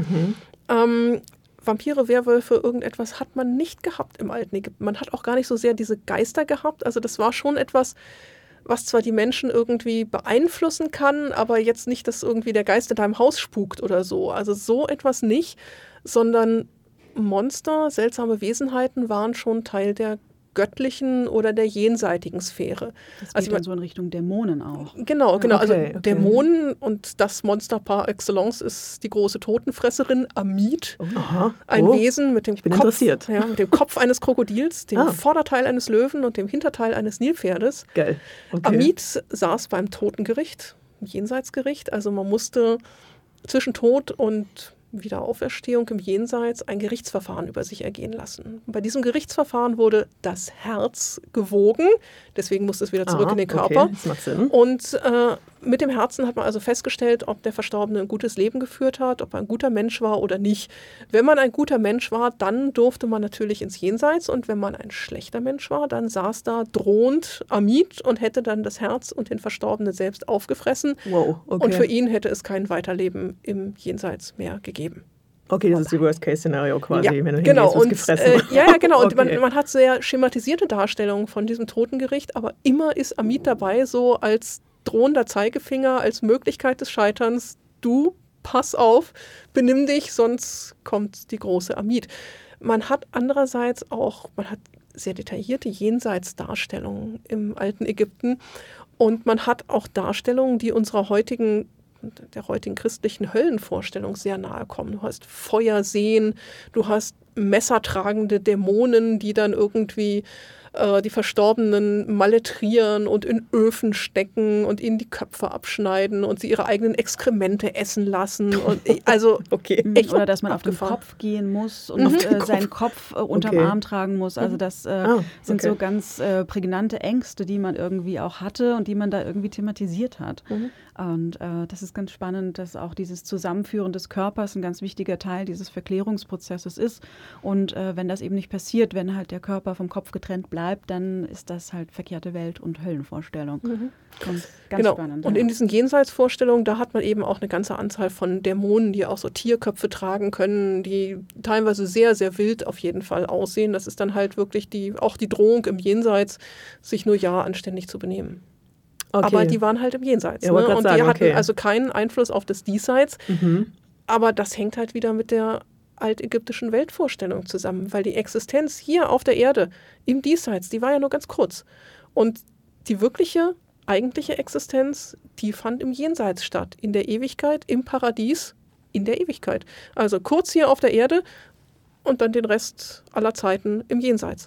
Vampire, Werwölfe, irgendetwas hat man nicht gehabt im alten Ägypten. Man hat auch gar nicht so sehr diese Geister gehabt. Also das war schon etwas, was zwar die Menschen irgendwie beeinflussen kann, aber jetzt nicht, dass irgendwie der Geist in deinem Haus spukt oder so. Also so etwas nicht, sondern Monster, seltsame Wesenheiten waren schon Teil der göttlichen oder der jenseitigen Sphäre. Das geht dann so in Richtung Dämonen auch. Genau. Okay, Also okay. Dämonen, und das Monster par excellence ist die große Totenfresserin Amit. Aha. Ein Wesen mit dem interessiert. Mit dem Kopf eines Krokodils, dem Vorderteil eines Löwen und dem Hinterteil eines Nilpferdes. Geil. Okay. Amit saß beim Totengericht, Jenseitsgericht. Also man musste zwischen Tod und Wiederauferstehung im Jenseits ein Gerichtsverfahren über sich ergehen lassen. Bei diesem Gerichtsverfahren wurde das Herz gewogen, deswegen musste es wieder zurück in den Körper. Okay, das macht Sinn. Und mit dem Herzen hat man also festgestellt, ob der Verstorbene ein gutes Leben geführt hat, ob er ein guter Mensch war oder nicht. Wenn man ein guter Mensch war, dann durfte man natürlich ins Jenseits, und wenn man ein schlechter Mensch war, dann saß da drohend Amit und hätte dann das Herz und den Verstorbenen selbst aufgefressen. Wow, okay. Und für ihn hätte es kein Weiterleben im Jenseits mehr gegeben. Okay, das ist die Worst-Case-Szenario quasi, Ja, wenn du genau. hingehst, Und, gefressen. genau. Und Okay. man hat sehr schematisierte Darstellungen von diesem Totengericht, aber immer ist Amit dabei, so als drohender Zeigefinger, als Möglichkeit des Scheiterns. Du, pass auf, benimm dich, sonst kommt die große Amit. Man hat andererseits auch, sehr detaillierte Jenseitsdarstellungen im alten Ägypten, und man hat auch Darstellungen, die der heutigen christlichen Höllenvorstellung sehr nahe kommen. Du hast Feuer sehen, du hast messertragende Dämonen, die dann irgendwie die Verstorbenen malträtieren und in Öfen stecken und ihnen die Köpfe abschneiden und sie ihre eigenen Exkremente essen lassen. Und also Okay. echt Oder dass man auf den abgefahren. Kopf gehen muss und seinen Kopf unterm Okay. Arm tragen muss. Also das sind so ganz prägnante Ängste, die man irgendwie auch hatte und die man da irgendwie thematisiert hat. Und das ist ganz spannend, dass auch dieses Zusammenführen des Körpers ein ganz wichtiger Teil dieses Verklärungsprozesses ist. Und wenn das eben nicht passiert, wenn halt der Körper vom Kopf getrennt bleibt, dann ist das halt verkehrte Welt- und Höllenvorstellung. Und ganz Genau. spannend. Und in diesen Jenseitsvorstellungen, da hat man eben auch eine ganze Anzahl von Dämonen, die auch so Tierköpfe tragen können, die teilweise sehr, sehr wild auf jeden Fall aussehen. Das ist dann halt wirklich auch die Drohung im Jenseits, sich nur anständig zu benehmen. Okay. Aber die waren halt im Jenseits. Ja, wollte grad Und die sagen, hatten okay. also keinen Einfluss auf das Diesseits. Aber das hängt halt wieder mit der altägyptischen Weltvorstellung zusammen, weil die Existenz hier auf der Erde im Diesseits, die war ja nur ganz kurz. Und die wirkliche, eigentliche Existenz, die fand im Jenseits statt, in der Ewigkeit, im Paradies, in der Ewigkeit. Also kurz hier auf der Erde und dann den Rest aller Zeiten im Jenseits.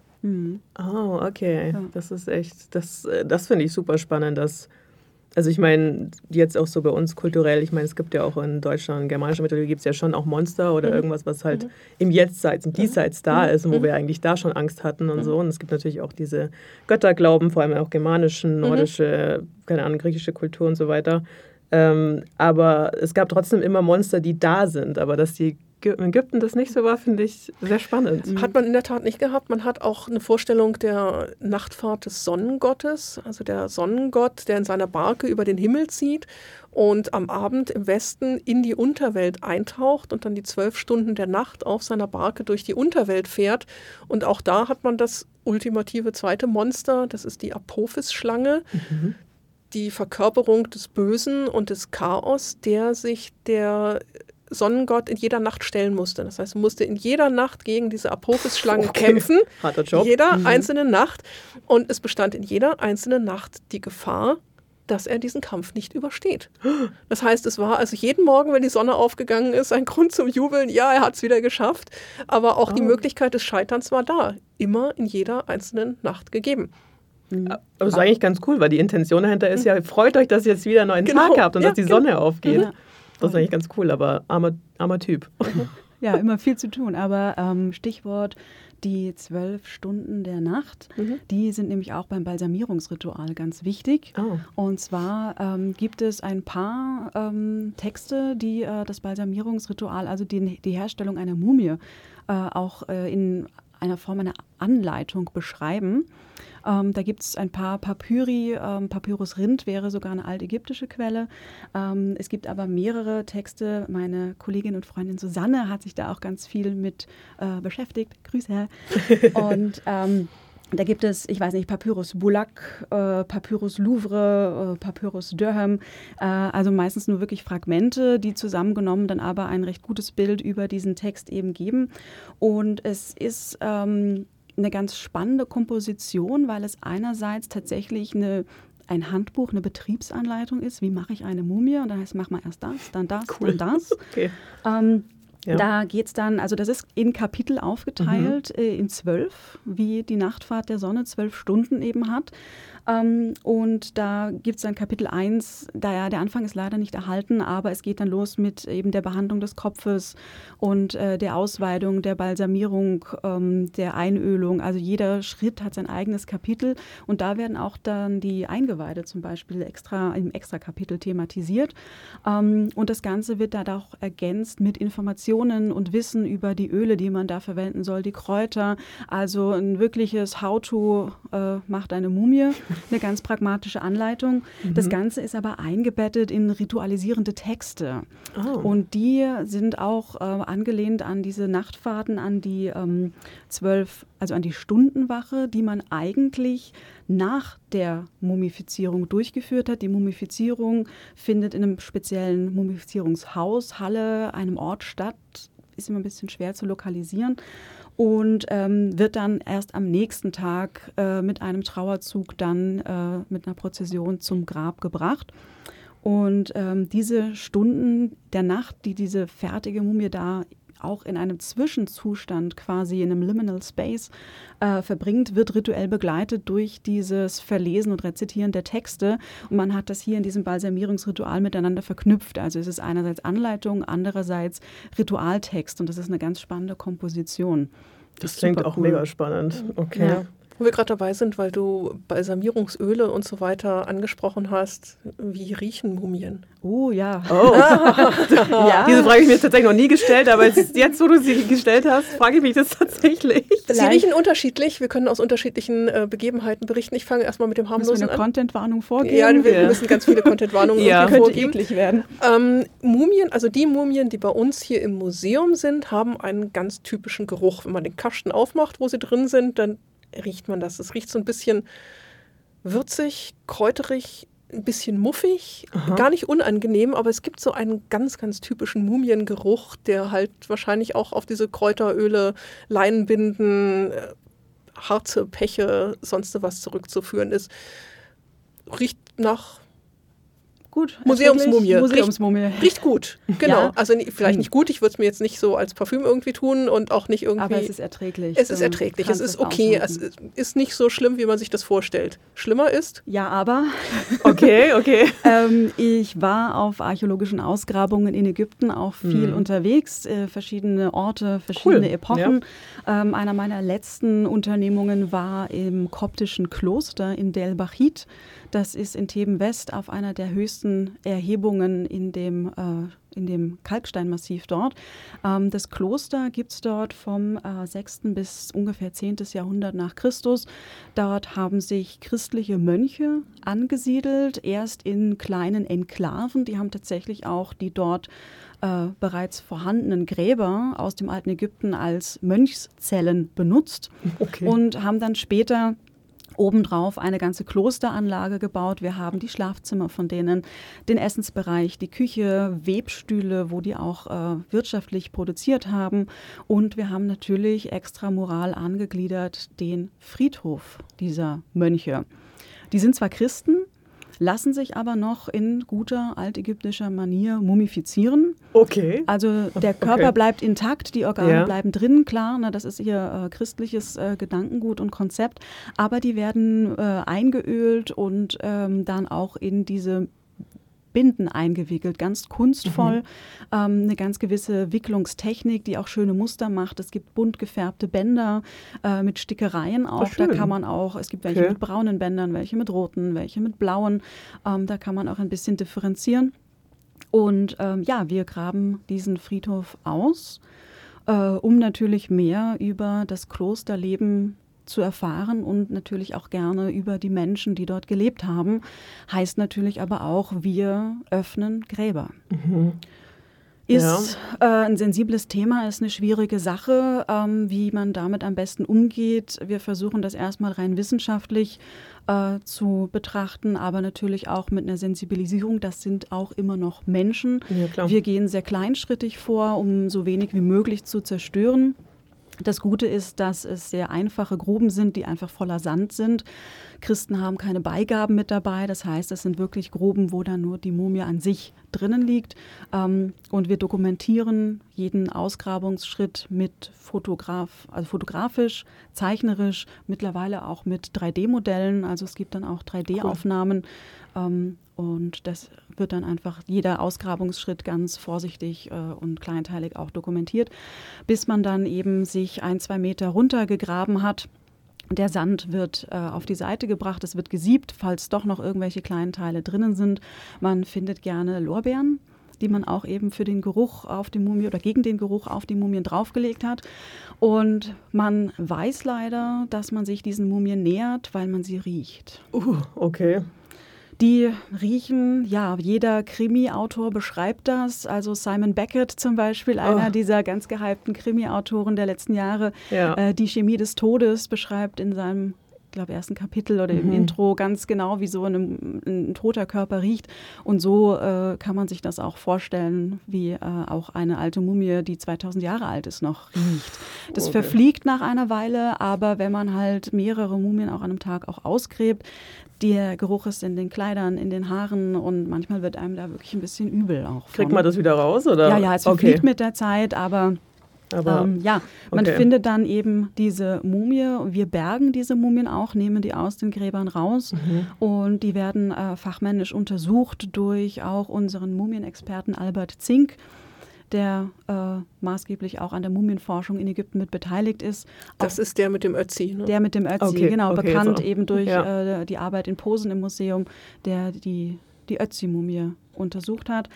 Oh, okay. Das ist echt, das finde ich super spannend, also ich meine, jetzt auch so bei uns kulturell, ich meine, es gibt ja auch in Deutschland, in germanischer Mythologie gibt es ja schon auch Monster oder irgendwas, was halt im Jenseits, im Diesseits da ist und wo wir eigentlich da schon Angst hatten und so. Und es gibt natürlich auch diese Götterglauben, vor allem auch germanischen, nordische, keine Ahnung, griechische Kultur und so weiter. Aber es gab trotzdem immer Monster, die da sind, aber dass die in Ägypten das nicht so war, finde ich sehr spannend. Hat man in der Tat nicht gehabt. Man hat auch eine Vorstellung der Nachtfahrt des Sonnengottes, also der Sonnengott, der in seiner Barke über den Himmel zieht und am Abend im Westen in die Unterwelt eintaucht und dann die 12 Stunden der Nacht auf seiner Barke durch die Unterwelt fährt. Und auch da hat man das ultimative zweite Monster, das ist die Apophis-Schlange, die Verkörperung des Bösen und des Chaos, der sich der Sonnengott in jeder Nacht stellen musste. Das heißt, er musste in jeder Nacht gegen diese Apophis-Schlange kämpfen. Harter Job. Jeder einzelne Nacht. Und es bestand in jeder einzelnen Nacht die Gefahr, dass er diesen Kampf nicht übersteht. Das heißt, es war also jeden Morgen, wenn die Sonne aufgegangen ist, ein Grund zum Jubeln. Ja, er hat es wieder geschafft. Aber auch die Möglichkeit des Scheiterns war da. Immer in jeder einzelnen Nacht gegeben. Aber das ist eigentlich ganz cool, weil die Intention dahinter ist ja, freut euch, dass ihr jetzt wieder einen neuen Tag habt und dass die Sonne aufgeht. Das ist eigentlich ganz cool, aber armer Typ. Ja, immer viel zu tun. Aber Stichwort die 12 Stunden der Nacht, die sind nämlich auch beim Balsamierungsritual ganz wichtig. Oh. Und zwar gibt es ein paar Texte, die das Balsamierungsritual, also die Herstellung einer Mumie, auch in einer Form einer Anleitung beschreiben. Da gibt es ein paar Papyri, Papyrus Rhind wäre sogar eine altägyptische Quelle. Es gibt aber mehrere Texte. Meine Kollegin und Freundin Susanne hat sich da auch ganz viel mit beschäftigt. Grüße. Und da gibt es, ich weiß nicht, Papyrus Bulak, Papyrus Louvre, Papyrus Durham, also meistens nur wirklich Fragmente, die zusammengenommen dann aber ein recht gutes Bild über diesen Text eben geben. Und es ist eine ganz spannende Komposition, weil es einerseits tatsächlich ein Handbuch, eine Betriebsanleitung ist, wie mache ich eine Mumie? Und dann heißt es, mach mal erst das, dann das, dann das. Okay. Ja. Da geht es dann, also das ist in Kapitel aufgeteilt, in 12, wie die Nachtfahrt der Sonne 12 Stunden eben hat. Und da gibt es dann Kapitel 1, der Anfang ist leider nicht erhalten, aber es geht dann los mit eben der Behandlung des Kopfes und der Ausweidung, der Balsamierung, der Einölung. Also jeder Schritt hat sein eigenes Kapitel und da werden auch dann die Eingeweide zum Beispiel im Extra-Kapitel thematisiert. Und das Ganze wird dann auch ergänzt mit Informationen und Wissen über die Öle, die man da verwenden soll, die Kräuter. Also ein wirkliches How-to macht eine Mumie. Eine ganz pragmatische Anleitung. Das Ganze ist aber eingebettet in ritualisierende Texte. Oh. Und die sind auch angelehnt an diese Nachtfahrten, an die 12, also an die Stundenwache, die man eigentlich nach der Mumifizierung durchgeführt hat. Die Mumifizierung findet in einem speziellen Mumifizierungshaus, Halle, einem Ort statt. Ist immer ein bisschen schwer zu lokalisieren. Und wird dann erst am nächsten Tag mit einem Trauerzug dann mit einer Prozession zum Grab gebracht. Und diese Stunden der Nacht, die diese fertige Mumie da auch in einem Zwischenzustand quasi in einem Liminal Space verbringt, wird rituell begleitet durch dieses Verlesen und Rezitieren der Texte. Und man hat das hier in diesem Balsamierungsritual miteinander verknüpft. Also es ist einerseits Anleitung, andererseits Ritualtext. Und das ist eine ganz spannende Komposition. Das klingt auch mega spannend. Okay. Ja. Wo wir gerade dabei sind, weil du Balsamierungsöle und so weiter angesprochen hast, wie riechen Mumien? Oh ja. Oh. Ja. Diese Frage habe ich mir tatsächlich noch nie gestellt, aber jetzt, wo du sie gestellt hast, frage ich mich das tatsächlich. Sie riechen unterschiedlich. Wir können aus unterschiedlichen Begebenheiten berichten. Ich fange erstmal mit dem harmlosen an. Müssen wir eine Content-Warnung vorgeben? Ja, wir müssen ganz viele Content-Warnungen vorgeben. Könnte eklig werden. Mumien, also die Mumien, die bei uns hier im Museum sind, haben einen ganz typischen Geruch. Wenn man den Kasten aufmacht, wo sie drin sind, dann riecht man das. Es riecht so ein bisschen würzig, kräuterig, ein bisschen muffig, gar nicht unangenehm, aber es gibt so einen ganz, ganz typischen Mumiengeruch, der halt wahrscheinlich auch auf diese Kräuteröle, Leinenbinden, Harze, Peche, sonst was zurückzuführen ist. Riecht nach Museumsmumie. Riecht gut, genau. Ja. Also vielleicht nicht gut, ich würde es mir jetzt nicht so als Parfüm irgendwie tun und auch nicht irgendwie... Aber es ist erträglich. Es ist erträglich, es ist okay, es ist nicht so schlimm, wie man sich das vorstellt. Schlimmer ist? Ja, aber... Okay. Ich war auf archäologischen Ausgrabungen in Ägypten auch viel unterwegs, verschiedene Orte, verschiedene Epochen. Ja. Einer meiner letzten Unternehmungen war im koptischen Kloster in Del Bachit. Das ist in Theben-West auf einer der höchsten Erhebungen in dem Kalksteinmassiv dort. Das Kloster gibt es dort vom 6. bis ungefähr 10. Jahrhundert nach Christus. Dort haben sich christliche Mönche angesiedelt, erst in kleinen Enklaven. Die haben tatsächlich auch die dort bereits vorhandenen Gräber aus dem alten Ägypten als Mönchszellen benutzt und haben dann später obendrauf eine ganze Klosteranlage gebaut. Wir haben die Schlafzimmer von denen, den Essensbereich, die Küche, Webstühle, wo die auch wirtschaftlich produziert haben. Und wir haben natürlich extramural angegliedert den Friedhof dieser Mönche. Die sind zwar Christen, lassen sich aber noch in guter altägyptischer Manier mumifizieren. Okay. Also der Körper bleibt intakt, die Organe bleiben drin, klar, das ist ihr christliches Gedankengut und Konzept, aber die werden eingeölt und dann auch in diese Binden eingewickelt, ganz kunstvoll, eine ganz gewisse Wicklungstechnik, die auch schöne Muster macht. Es gibt bunt gefärbte Bänder mit Stickereien auch. Da kann man auch, es gibt welche mit braunen Bändern, welche mit roten, welche mit blauen. Da kann man auch ein bisschen differenzieren. Und wir graben diesen Friedhof aus, um natürlich mehr über das Klosterleben zu erfahren und natürlich auch gerne über die Menschen, die dort gelebt haben. Heißt natürlich aber auch, wir öffnen Gräber. Ist ein sensibles Thema, ist eine schwierige Sache, wie man damit am besten umgeht. Wir versuchen das erstmal rein wissenschaftlich zu betrachten, aber natürlich auch mit einer Sensibilisierung. Das sind auch immer noch Menschen. Ja, klar. Wir gehen sehr kleinschrittig vor, um so wenig wie möglich zu zerstören. Das Gute ist, dass es sehr einfache Gruben sind, die einfach voller Sand sind. Christen haben keine Beigaben mit dabei. Das heißt, es sind wirklich Gruben, wo dann nur die Mumie an sich drinnen liegt. Und wir dokumentieren jeden Ausgrabungsschritt mit fotografisch, zeichnerisch, mittlerweile auch mit 3D-Modellen. Also es gibt dann auch 3D-Aufnahmen. Und das wird dann einfach jeder Ausgrabungsschritt ganz vorsichtig und kleinteilig auch dokumentiert, bis man dann eben sich 1-2 Meter runtergegraben hat. Der Sand wird auf die Seite gebracht, es wird gesiebt, falls doch noch irgendwelche kleinen Teile drinnen sind. Man findet gerne Lorbeeren, die man auch eben für den Geruch auf die Mumie oder gegen den Geruch auf die Mumien draufgelegt hat. Und man weiß leider, dass man sich diesen Mumien nähert, weil man sie riecht. Okay. Die riechen, jeder Krimi-Autor beschreibt das. Also Simon Beckett zum Beispiel, einer dieser ganz gehypten Krimi-Autoren der letzten Jahre, die Chemie des Todes beschreibt in seinem, ersten Kapitel oder im Intro ganz genau, wie so ein toter Körper riecht. Und so kann man sich das auch vorstellen, wie auch eine alte Mumie, die 2000 Jahre alt ist, noch riecht. Das verfliegt nach einer Weile, aber wenn man halt mehrere Mumien auch an einem Tag auch ausgräbt, der Geruch ist in den Kleidern, in den Haaren und manchmal wird einem da wirklich ein bisschen übel auch. Kriegt man das wieder raus? Oder? Ja, es verfliegt mit der Zeit, aber man findet dann eben diese Mumie. Wir bergen diese Mumien auch, nehmen die aus den Gräbern raus und die werden fachmännisch untersucht durch auch unseren Mumienexperten Albert Zink, der maßgeblich auch an der Mumienforschung in Ägypten mit beteiligt ist. Das ist der mit dem Ötzi, ne? Der mit dem Ötzi, bekannt eben durch die Arbeit in Posen im Museum, der die Ötzi-Mumie untersucht hat,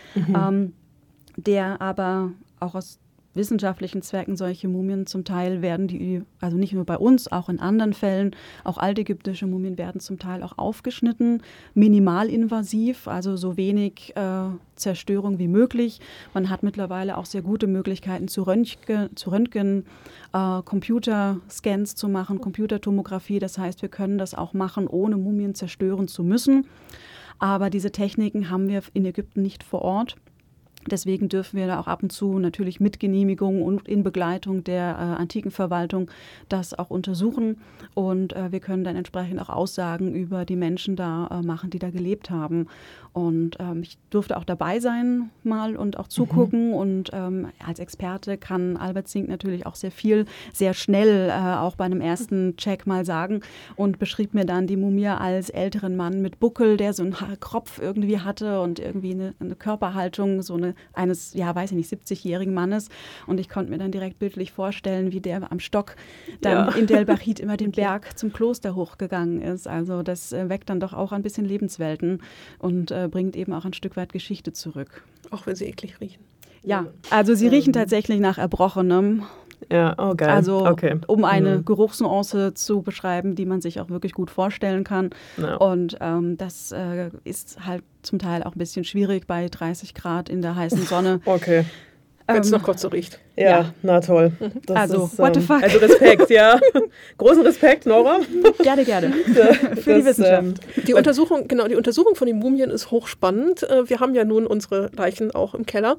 der aber auch aus wissenschaftlichen Zwecken solche Mumien zum Teil werden also nicht nur bei uns, auch in anderen Fällen, auch altägyptische Mumien werden zum Teil auch aufgeschnitten, minimalinvasiv, also so wenig Zerstörung wie möglich. Man hat mittlerweile auch sehr gute Möglichkeiten zu röntgen, Computerscans zu machen, Computertomographie. Das heißt, wir können das auch machen, ohne Mumien zerstören zu müssen. Aber diese Techniken haben wir in Ägypten nicht vor Ort. Deswegen dürfen wir da auch ab und zu natürlich mit Genehmigung und in Begleitung der Antikenverwaltung das auch untersuchen. Und wir können dann entsprechend auch Aussagen über die Menschen da machen, die da gelebt haben. Und ich durfte auch dabei sein mal und auch zugucken. Und als Experte kann Albert Zink natürlich auch sehr viel, sehr schnell auch bei einem ersten Check mal sagen und beschrieb mir dann die Mumie als älteren Mann mit Buckel, der so einen Kropf irgendwie hatte und irgendwie eine Körperhaltung eines 70-jährigen Mannes. Und ich konnte mir dann direkt bildlich vorstellen, wie der am Stock dann in Del Bahit immer den Berg zum Kloster hochgegangen ist. Also das weckt dann doch auch ein bisschen Lebenswelten und bringt eben auch ein Stück weit Geschichte zurück. Auch wenn sie eklig riechen. Ja, also sie riechen tatsächlich nach Erbrochenem. Ja, geil. Also um eine Geruchsnuance zu beschreiben, die man sich auch wirklich gut vorstellen kann. Ja. Und das ist halt zum Teil auch ein bisschen schwierig bei 30 Grad in der heißen Sonne. Okay. Wenn es noch kurz so riecht. Ja, na toll. Das also, ist, what the fuck? Also Respekt, ja. Großen Respekt, Nora. Gerne. Für die Wissenschaft. Die Untersuchung von den Mumien ist hochspannend. Wir haben ja nun unsere Leichen auch im Keller,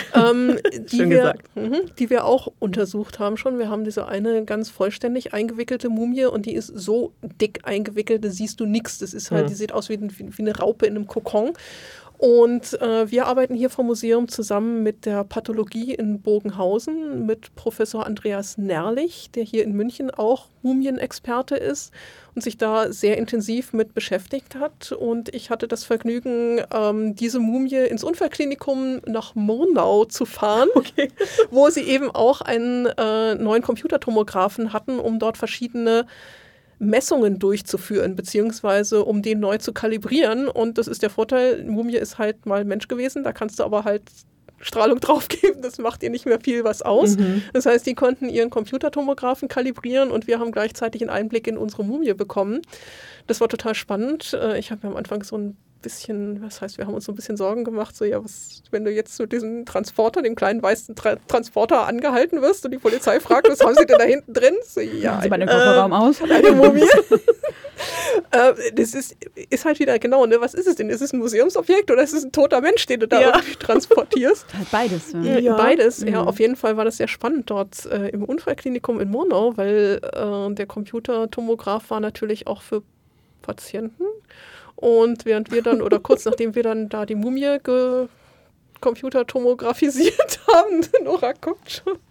die wir auch untersucht haben schon. Wir haben diese eine ganz vollständig eingewickelte Mumie und die ist so dick eingewickelt, da siehst du nichts. Das ist halt, die sieht aus wie eine Raupe in einem Kokon. Und wir arbeiten hier vom Museum zusammen mit der Pathologie in Bogenhausen, mit Professor Andreas Nerlich, der hier in München auch Mumienexperte ist und sich da sehr intensiv mit beschäftigt hat. Und ich hatte das Vergnügen, diese Mumie ins Unfallklinikum nach Murnau zu fahren, wo sie eben auch einen neuen Computertomographen hatten, um dort verschiedene Messungen durchzuführen, beziehungsweise um den neu zu kalibrieren. Und das ist der Vorteil, Mumie ist halt mal Mensch gewesen, da kannst du aber halt Strahlung draufgeben, das macht ihr nicht mehr viel was aus. Das heißt, die konnten ihren Computertomographen kalibrieren und wir haben gleichzeitig einen Einblick in unsere Mumie bekommen. Das war total spannend. Ich habe mir am Anfang so ein bisschen, wir haben uns so ein bisschen Sorgen gemacht, so ja, was, wenn du jetzt mit diesem Transporter, dem kleinen weißen Transporter angehalten wirst und die Polizei fragt, was haben sie denn da hinten drin? So, ja, Sie bei dem Kofferraum aus? Eine Mumie. Das ist halt wieder, genau, ne, was ist es denn? Ist es ein Museumsobjekt oder ist es ein toter Mensch, den du da irgendwie transportierst? Halt beides. Ja. Beides, ja, auf jeden Fall war das sehr spannend dort im Unfallklinikum in Murnau, weil der Computertomograph war natürlich auch für Patienten. Und während wir dann, oder kurz nachdem wir dann da die Mumie computertomografisiert haben, Nora guckt schon,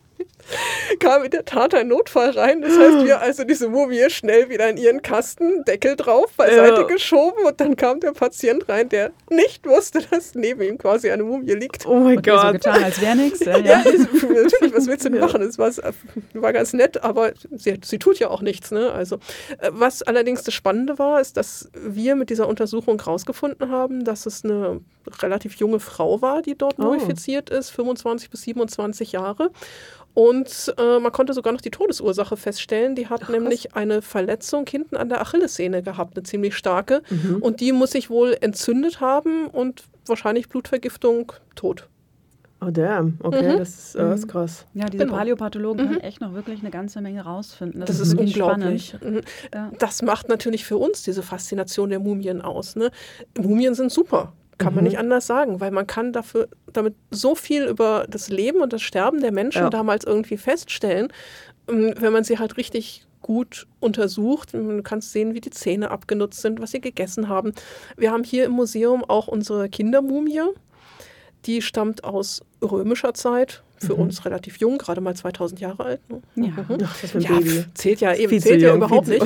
kam in der Tat ein Notfall rein. Das heißt, wir also diese Mumie schnell wieder in ihren Kasten, Deckel drauf, beiseite geschoben und dann kam der Patient rein, der nicht wusste, dass neben ihm quasi eine Mumie liegt. Oh mein Gott. So getan, als wäre nichts. Ja, natürlich, was willst du denn machen? Es war ganz nett, aber sie tut ja auch nichts. Ne? Also, was allerdings das Spannende war, ist, dass wir mit dieser Untersuchung rausgefunden haben, dass es eine relativ junge Frau war, die dort mumifiziert ist, 25 bis 27 Jahre. Und man konnte sogar noch die Todesursache feststellen. Die hat nämlich eine Verletzung hinten an der Achillessehne gehabt, eine ziemlich starke. Und die muss sich wohl entzündet haben und wahrscheinlich Blutvergiftung, tot. Oh damn, okay, das ist krass. Ja, diese Paläopathologen können echt noch wirklich eine ganze Menge rausfinden. Das ist unglaublich. Spannend. Ja. Das macht natürlich für uns diese Faszination der Mumien aus. Ne? Mumien sind super. Kann man nicht anders sagen, weil man kann damit so viel über das Leben und das Sterben der Menschen damals irgendwie feststellen, wenn man sie halt richtig gut untersucht. Du kannst sehen, wie die Zähne abgenutzt sind, was sie gegessen haben. Wir haben hier im Museum auch unsere Kindermumie. Die stammt aus römischer Zeit. Für uns relativ jung, gerade mal 2000 Jahre alt. Ne? Ja. Ach, das ist ein Baby. Zählt ja überhaupt nicht.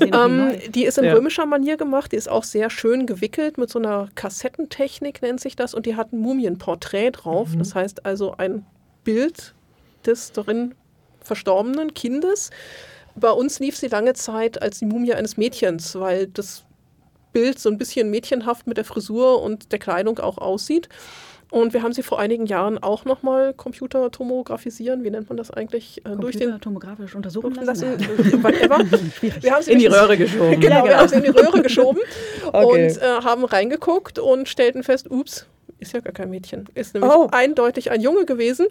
Die ist in römischer Manier gemacht, die ist auch sehr schön gewickelt mit so einer Kassettentechnik, nennt sich das, und die hat ein Mumienporträt drauf. Das heißt also ein Bild des darin verstorbenen Kindes. Bei uns lief sie lange Zeit als die Mumie eines Mädchens, weil das Bild so ein bisschen mädchenhaft mit der Frisur und der Kleidung auch aussieht. Und wir haben sie vor einigen Jahren auch nochmal computertomografisieren, wie nennt man das eigentlich? Computertomografisch untersuchen lassen? Whatever. Wir haben sie in die Röhre geschoben. Genau, wir haben sie in die Röhre geschoben und haben reingeguckt und stellten fest, ups, ist ja gar kein Mädchen. Ist nämlich eindeutig ein Junge gewesen.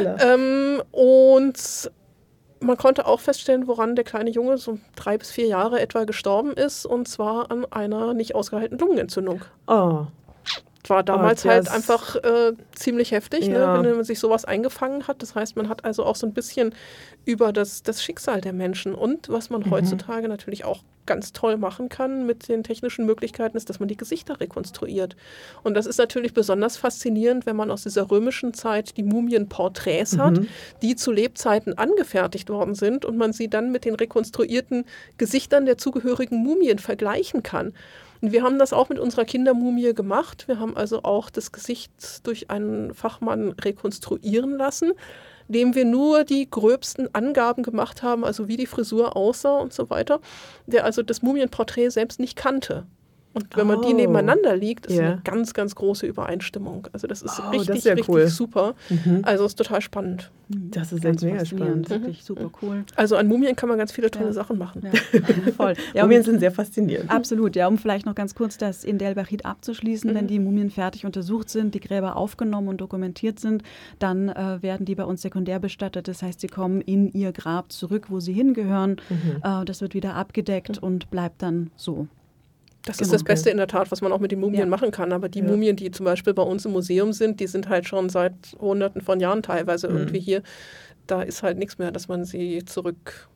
Und man konnte auch feststellen, woran der kleine Junge so 3 bis 4 Jahre etwa gestorben ist, und zwar an einer nicht ausgeheilten Lungenentzündung. War damals halt einfach ziemlich heftig, ne, wenn man sich sowas eingefangen hat. Das heißt, man hat also auch so ein bisschen über das Schicksal der Menschen. Und was man heutzutage natürlich auch ganz toll machen kann mit den technischen Möglichkeiten, ist, dass man die Gesichter rekonstruiert. Und das ist natürlich besonders faszinierend, wenn man aus dieser römischen Zeit die Mumienporträts hat, die zu Lebzeiten angefertigt worden sind und man sie dann mit den rekonstruierten Gesichtern der zugehörigen Mumien vergleichen kann. Und wir haben das auch mit unserer Kindermumie gemacht. Wir haben also auch das Gesicht durch einen Fachmann rekonstruieren lassen, dem wir nur die gröbsten Angaben gemacht haben, also wie die Frisur aussah und so weiter, der also das Mumienporträt selbst nicht kannte. Und wenn man die nebeneinander liegt, ist eine ganz, ganz große Übereinstimmung. Also das ist richtig cool. Super. Also ist total spannend. Das ist echt mega spannend. Wirklich super cool. Also an Mumien kann man ganz viele tolle Sachen machen. Ja. Voll. Mumien sind sehr faszinierend. Absolut. Ja, um vielleicht noch ganz kurz das in Delbachit abzuschließen, wenn die Mumien fertig untersucht sind, die Gräber aufgenommen und dokumentiert sind, dann werden die bei uns sekundär bestattet. Das heißt, sie kommen in ihr Grab zurück, wo sie hingehören. Das wird wieder abgedeckt und bleibt dann so. Das ist das Beste in der Tat, was man auch mit den Mumien machen kann. Aber die Mumien, die zum Beispiel bei uns im Museum sind, die sind halt schon seit Hunderten von Jahren teilweise irgendwie hier. Da ist halt nichts mehr, dass man sie zurück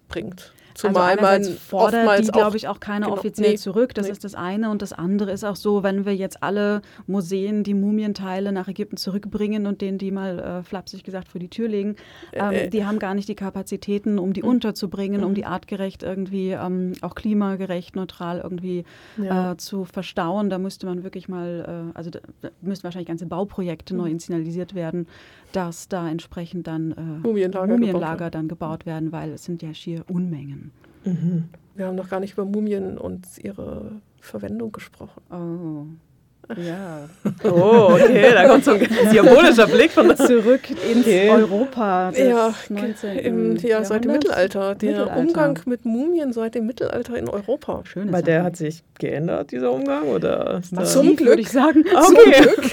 bringt. Zumal man fordert die, glaube ich, auch keiner genau, offiziell zurück. Das ist das eine. Und das andere ist auch so, wenn wir jetzt alle Museen die Mumienteile nach Ägypten zurückbringen und denen die mal flapsig gesagt vor die Tür legen, die haben gar nicht die Kapazitäten, um die unterzubringen, um die artgerecht irgendwie, auch klimagerecht, neutral irgendwie zu verstauen. Da müsste man wirklich mal, also da müssten wahrscheinlich ganze Bauprojekte neu initialisiert werden, dass da entsprechend dann Mumienlager dann gebaut werden, weil es sind ja schier Unmengen. Mhm. Wir haben noch gar nicht über Mumien und ihre Verwendung gesprochen. Oh, ja. Oh, okay, da kommt so ein diabolischer Blick von zurück ins Europa des 19. Ja, seit dem Mittelalter. Der Umgang mit Mumien seit dem Mittelalter in Europa. Schöne Sache. Der hat sich geändert, dieser Umgang? Oder zum Glück, würde ich sagen. Okay. Zum Glück.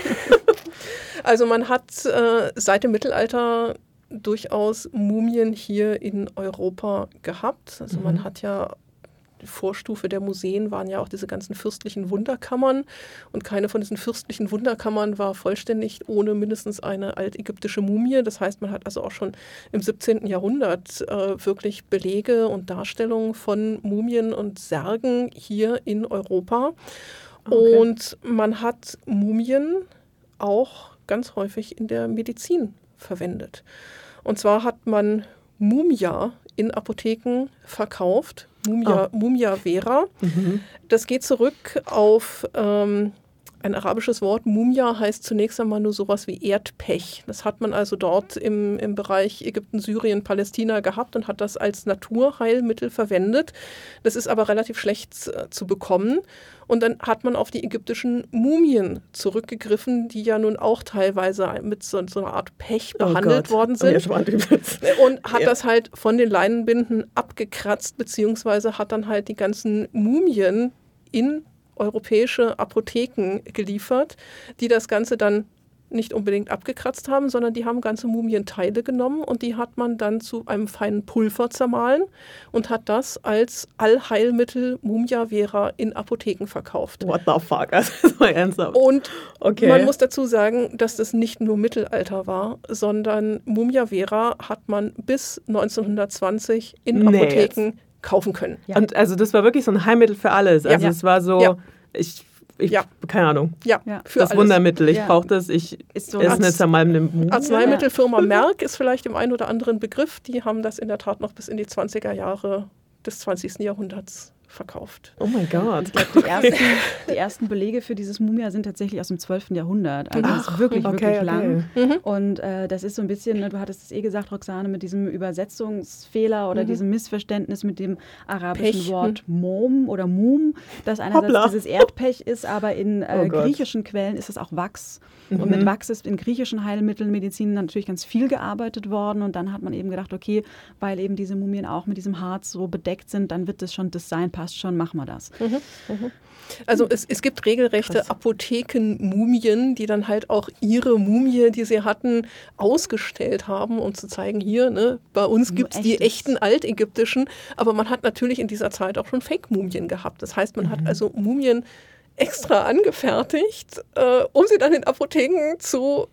Also man hat seit dem Mittelalter durchaus Mumien hier in Europa gehabt. Also man hat ja, die Vorstufe der Museen waren ja auch diese ganzen fürstlichen Wunderkammern und keine von diesen fürstlichen Wunderkammern war vollständig ohne mindestens eine altägyptische Mumie. Das heißt, man hat also auch schon im 17. Jahrhundert wirklich Belege und Darstellungen von Mumien und Särgen hier in Europa. Okay. Und man hat Mumien auch ganz häufig in der Medizin verwendet. Und zwar hat man Mumia in Apotheken verkauft, Mumia Vera. Mhm. Das geht zurück auf ein arabisches Wort. Mumia heißt zunächst einmal nur sowas wie Erdpech. Das hat man also dort im Bereich Ägypten, Syrien, Palästina gehabt und hat das als Naturheilmittel verwendet. Das ist aber relativ schlecht zu bekommen. Und dann hat man auf die ägyptischen Mumien zurückgegriffen, die ja nun auch teilweise mit so einer Art Pech behandelt worden sind. Und hat das halt von den Leinenbinden abgekratzt, beziehungsweise hat dann halt die ganzen Mumien in europäische Apotheken geliefert, die das Ganze dann nicht unbedingt abgekratzt haben, sondern die haben ganze Mumienteile genommen und die hat man dann zu einem feinen Pulver zermahlen und hat das als Allheilmittel Mumia Vera in Apotheken verkauft. What the fuck? Das ist mal ernsthaft. Und man muss dazu sagen, dass das nicht nur Mittelalter war, sondern Mumia Vera hat man bis 1920 in Apotheken kaufen können. Ja. Und also das war wirklich so ein Heilmittel für alles. Also es war so, ich keine Ahnung. Ja, für das alles. Wundermittel, ich brauche das, ich esse eine zermalmende Mumie. Arzneimittelfirma Merck ist vielleicht im einen oder anderen Begriff. Die haben das in der Tat noch bis in die 20er Jahre des 20. Jahrhunderts verkauft. Oh mein Gott. Ich glaube, die ersten Belege für dieses Mumia sind tatsächlich aus dem 12. Jahrhundert. Also das ist wirklich lang. Mhm. Und das ist so ein bisschen, du hattest es gesagt, Roxane, mit diesem Übersetzungsfehler oder diesem Missverständnis mit dem arabischen Wort Mom oder Mum, das einerseits dieses Erdpech ist, aber in griechischen Quellen ist es auch Wachs. Und mit Wachs ist in griechischen Heilmitteln, Medizin natürlich ganz viel gearbeitet worden. Und dann hat man eben gedacht, okay, weil eben diese Mumien auch mit diesem Harz so bedeckt sind, dann wird das schon das sein, passt schon, machen wir das. Also es gibt regelrechte Apothekenmumien, die dann halt auch ihre Mumie, die sie hatten, ausgestellt haben, um zu zeigen, hier, ne, bei uns gibt es die echten altägyptischen. Aber man hat natürlich in dieser Zeit auch schon Fake-Mumien gehabt. Das heißt, man hat also Mumien extra angefertigt, um sie dann in Apotheken zu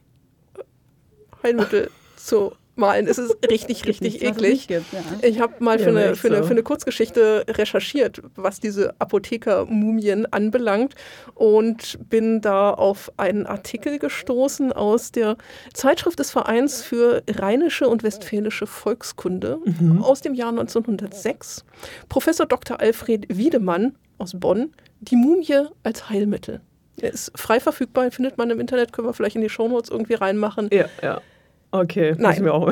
Heilmittel zu malen. Es ist richtig eklig. Ich habe mal für eine Kurzgeschichte recherchiert, was diese Apothekermumien anbelangt und bin da auf einen Artikel gestoßen aus der Zeitschrift des Vereins für Rheinische und Westfälische Volkskunde aus dem Jahr 1906. Professor Dr. Alfred Wiedemann aus Bonn, die Mumie als Heilmittel. Er ist frei verfügbar, findet man im Internet, können wir vielleicht in die Shownotes irgendwie reinmachen. Ja. Okay, nein. Wir auch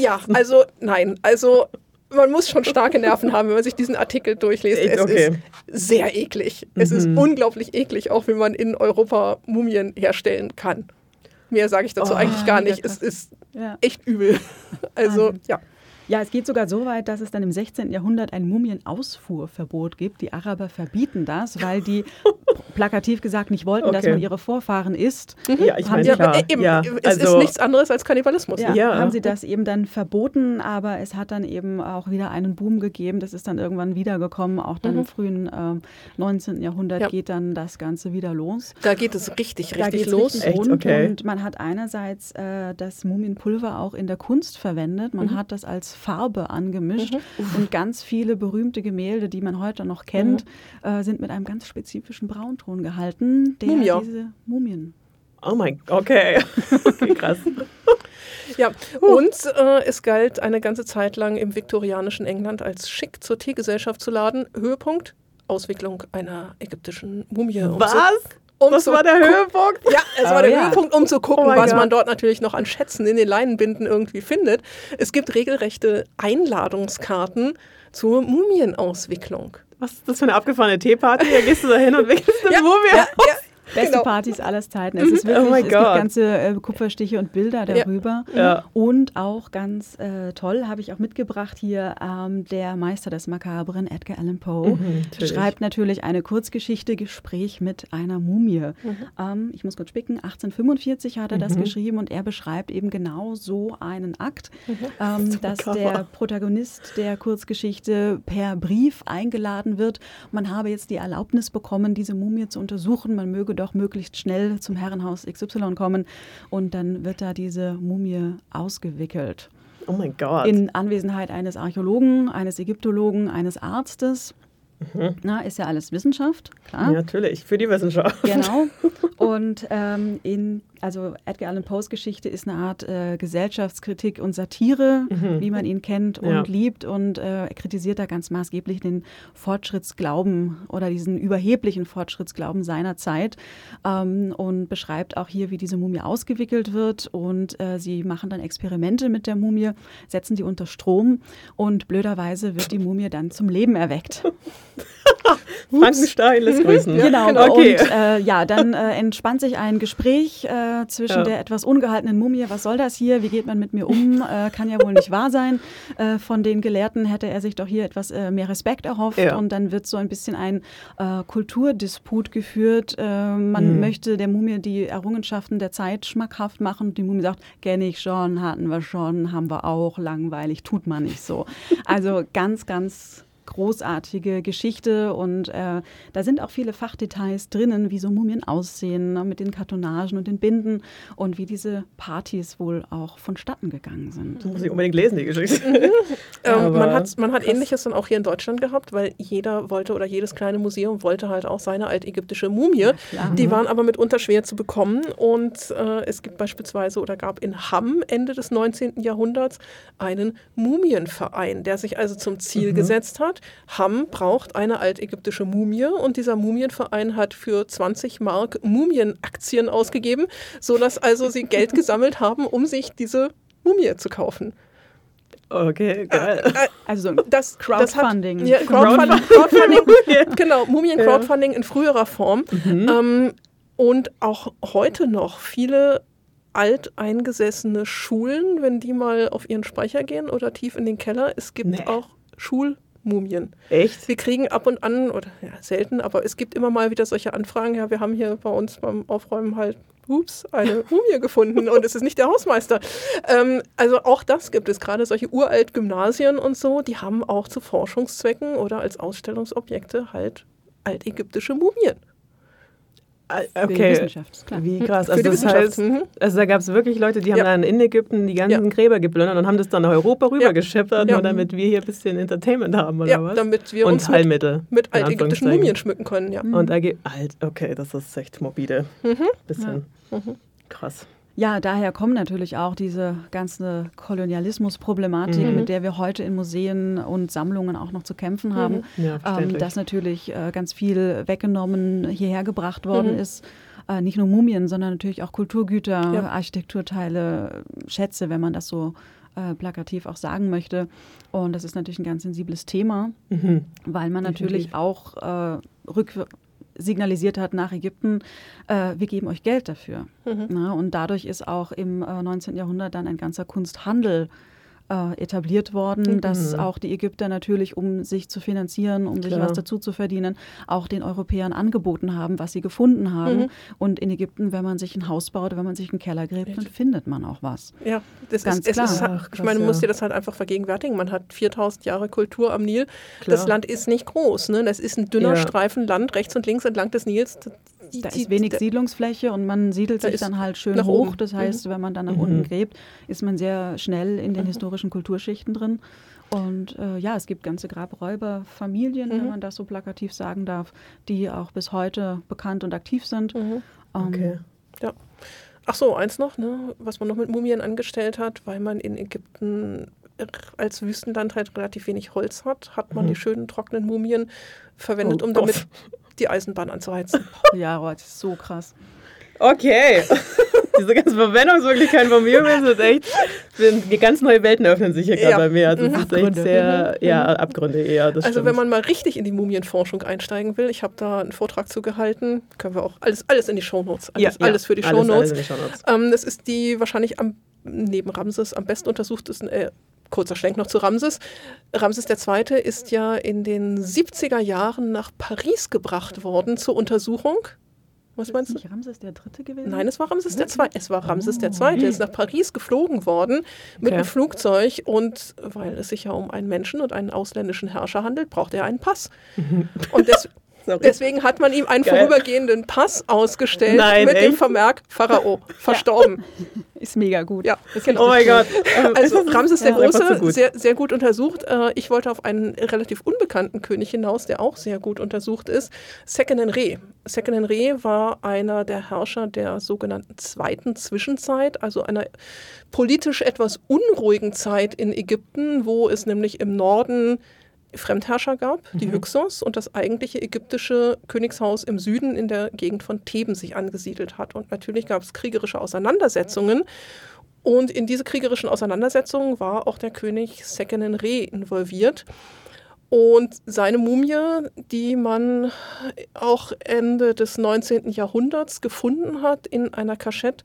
nein. Also man muss schon starke Nerven haben, wenn man sich diesen Artikel durchliest. Es ist sehr eklig. Es ist unglaublich eklig, auch wenn man in Europa Mumien herstellen kann. Mehr sage ich dazu eigentlich gar nicht. Es ist echt übel. Also, Ja, es geht sogar so weit, dass es dann im 16. Jahrhundert ein Mumienausfuhrverbot gibt. Die Araber verbieten das, weil die plakativ gesagt nicht wollten, dass man ihre Vorfahren isst. Ja, ich meine, klar. Es ist nichts anderes als Kannibalismus. Haben sie das eben dann verboten, aber es hat dann eben auch wieder einen Boom gegeben. Das ist dann irgendwann wiedergekommen. Auch dann im frühen 19. Jahrhundert geht dann das Ganze wieder los. Da geht es richtig los. Und man hat einerseits das Mumienpulver auch in der Kunst verwendet. Man hat das als Farbe angemischt. Und ganz viele berühmte Gemälde, die man heute noch kennt, sind mit einem ganz spezifischen Braunton gehalten, der diese Mumien. Oh mein Gott, okay. Okay, krass. Ja, und es galt eine ganze Zeit lang im viktorianischen England als schick zur Teegesellschaft zu laden. Höhepunkt, Auswicklung einer ägyptischen Mumie. Was? Das war der Höhepunkt? Ja, es war der Höhepunkt, um zu gucken, was Gott. man dort natürlich noch an Schätzen in den Leinenbinden irgendwie findet. Es gibt regelrechte Einladungskarten zur Mumienauswicklung. Was ist das für eine abgefahrene Teeparty? Da gehst du da hin und wickelst eine Mumie aus. Beste Partys aller Zeiten. Es ist wirklich, es gibt ganze Kupferstiche und Bilder darüber. Ja. Und auch ganz toll, habe ich auch mitgebracht hier, der Meister des Makabren, Edgar Allan Poe, schreibt natürlich eine Kurzgeschichte, Gespräch mit einer Mumie. Ich muss kurz spicken, 1845 hat er das geschrieben und er beschreibt eben genau so einen Akt, dass der Protagonist der Kurzgeschichte per Brief eingeladen wird. Man habe jetzt die Erlaubnis bekommen, diese Mumie zu untersuchen. Man möge doch möglichst schnell zum Herrenhaus XY kommen und dann wird da diese Mumie ausgewickelt. Oh mein Gott. In Anwesenheit eines Archäologen, eines Ägyptologen, eines Arztes. Na, ist ja alles Wissenschaft, klar. Ja, natürlich, für die Wissenschaft. Genau. Und also Edgar Allan Poes Geschichte ist eine Art Gesellschaftskritik und Satire, wie man ihn kennt und liebt. Und er kritisiert da ganz maßgeblich den Fortschrittsglauben oder diesen überheblichen Fortschrittsglauben seiner Zeit und beschreibt auch hier, wie diese Mumie ausgewickelt wird. Und sie machen dann Experimente mit der Mumie, setzen die unter Strom und blöderweise wird die Mumie dann zum Leben erweckt. Frankenstein lässt grüßen. Genau. Okay. Und dann entspannt sich ein Gespräch zwischen der etwas ungehaltenen Mumie. Was soll das hier? Wie geht man mit mir um? Kann ja wohl nicht wahr sein. Von den Gelehrten hätte er sich doch hier etwas mehr Respekt erhofft. Ja. Und dann wird so ein bisschen ein Kulturdisput geführt. Man möchte der Mumie die Errungenschaften der Zeit schmackhaft machen. Die Mumie sagt, kenne ich schon, hatten wir schon, haben wir auch, langweilig, tut man nicht so. Also ganz, ganz großartige Geschichte und da sind auch viele Fachdetails drinnen, wie so Mumien aussehen, ne, mit den Kartonagen und den Binden und wie diese Partys wohl auch vonstatten gegangen sind. Das muss ich unbedingt lesen, die Geschichte. Man hat Ähnliches dann auch hier in Deutschland gehabt, weil jeder wollte oder jedes kleine Museum wollte halt auch seine altägyptische Mumie. Ja, die waren aber mitunter schwer zu bekommen und es gibt beispielsweise oder gab in Hamm Ende des 19. Jahrhunderts einen Mumienverein, der sich also zum Ziel gesetzt hat, Hamm braucht eine altägyptische Mumie und dieser Mumienverein hat für 20 Mark Mumienaktien ausgegeben, sodass also sie Geld gesammelt haben, um sich diese Mumie zu kaufen. Okay, geil. Also das Crowdfunding. Crowdfunding, genau, Mumien-Crowdfunding in früherer Form. Und auch heute noch viele alteingesessene Schulen, wenn die mal auf ihren Speicher gehen oder tief in den Keller, es gibt auch Schulmumien. Echt? Wir kriegen ab und an, oder ja, selten, aber es gibt immer mal wieder solche Anfragen. Ja, wir haben hier bei uns beim Aufräumen halt, eine Mumie gefunden und es ist nicht der Hausmeister. Also auch das gibt es, gerade solche Uralt-Gymnasien und so, die haben auch zu Forschungszwecken oder als Ausstellungsobjekte halt altägyptische Mumien. Okay, Wissenschaft, ist klar. Wie krass. Also das heißt, also da gab es wirklich Leute, die haben dann in Ägypten die ganzen Gräber geplündert und haben das dann nach Europa rübergeschippert, nur damit wir hier ein bisschen Entertainment haben, oder was? Damit wir uns Heilmittel mit altägyptischen Mumien schmücken können, ja. Und okay, das ist echt morbide. Bisschen krass. Ja, daher kommen natürlich auch diese ganze Kolonialismus-Problematik, mit der wir heute in Museen und Sammlungen auch noch zu kämpfen haben. Ja, dass natürlich ganz viel weggenommen hierher gebracht worden ist. Nicht nur Mumien, sondern natürlich auch Kulturgüter, Architekturteile, Schätze, wenn man das so plakativ auch sagen möchte. Und das ist natürlich ein ganz sensibles Thema, weil man natürlich auch signalisiert hat nach Ägypten, wir geben euch Geld dafür. Na, und dadurch ist auch im 19. Jahrhundert dann ein ganzer Kunsthandel etabliert worden, dass auch die Ägypter natürlich, um sich zu finanzieren, um sich was dazu zu verdienen, auch den Europäern angeboten haben, was sie gefunden haben. Und in Ägypten, wenn man sich ein Haus baut, wenn man sich einen Keller gräbt, dann findet man auch was. Ja, das ganz klar. Ich meine, man muss dir das halt einfach vergegenwärtigen. Man hat 4000 Jahre Kultur am Nil. Klar. Das Land ist nicht groß. Ne? Das ist ein dünner Streifen Land, rechts und links entlang des Nils. Da ist wenig Siedlungsfläche und man siedelt sich dann halt schön hoch. Oben. Das heißt, wenn man dann nach unten gräbt, ist man sehr schnell in den historischen Kulturschichten drin. Und es gibt ganze Grabräuberfamilien, wenn man das so plakativ sagen darf, die auch bis heute bekannt und aktiv sind. Okay. Ja. Ach so, eins noch, ne, was man noch mit Mumien angestellt hat, weil man in Ägypten als Wüstenland halt relativ wenig Holz hat man die schönen trockenen Mumien verwendet, um damit die Eisenbahn anzuheizen. Ja, das ist so krass. Okay. Diese ganzen Verwendungsmöglichkeiten von Mumien sind echt, ganz neue Welten öffnen sich hier gerade bei mir. Also das ist echt sehr, Abgründe eher. Das also stimmt. Wenn man mal richtig in die Mumienforschung einsteigen will, ich habe da einen Vortrag zu gehalten, können wir auch alles in die Shownotes, alles für die Shownotes. Das ist die wahrscheinlich neben Ramses am besten untersuchtesten, kurzer Schlenk noch zu Ramses. Ramses II. Ist ja in den 70er Jahren nach Paris gebracht worden zur Untersuchung. Was meinst du? Ist nicht Ramses der Dritte gewesen? Nein, es war Ramses II. Es war Ramses II. Der ist nach Paris geflogen worden mit einem Flugzeug und weil es sich ja um einen Menschen und einen ausländischen Herrscher handelt, braucht er einen Pass. Und deswegen hat man ihm einen vorübergehenden Pass ausgestellt dem Vermerk Pharao, verstorben. Ist mega gut. Ja, oh mein Gott. Also Ramses der Große, sehr, sehr gut untersucht. Ich wollte auf einen relativ unbekannten König hinaus, der auch sehr gut untersucht ist. Seqenen-Re. Seqenen-Re war einer der Herrscher der sogenannten Zweiten Zwischenzeit, also einer politisch etwas unruhigen Zeit in Ägypten, wo es nämlich im Norden Fremdherrscher gab, die Hyksos, und das eigentliche ägyptische Königshaus im Süden in der Gegend von Theben sich angesiedelt hat. Und natürlich gab es kriegerische Auseinandersetzungen. Und in diese kriegerischen Auseinandersetzungen war auch der König Seqenen-Re involviert. Und seine Mumie, die man auch Ende des 19. Jahrhunderts gefunden hat in einer Kaschette,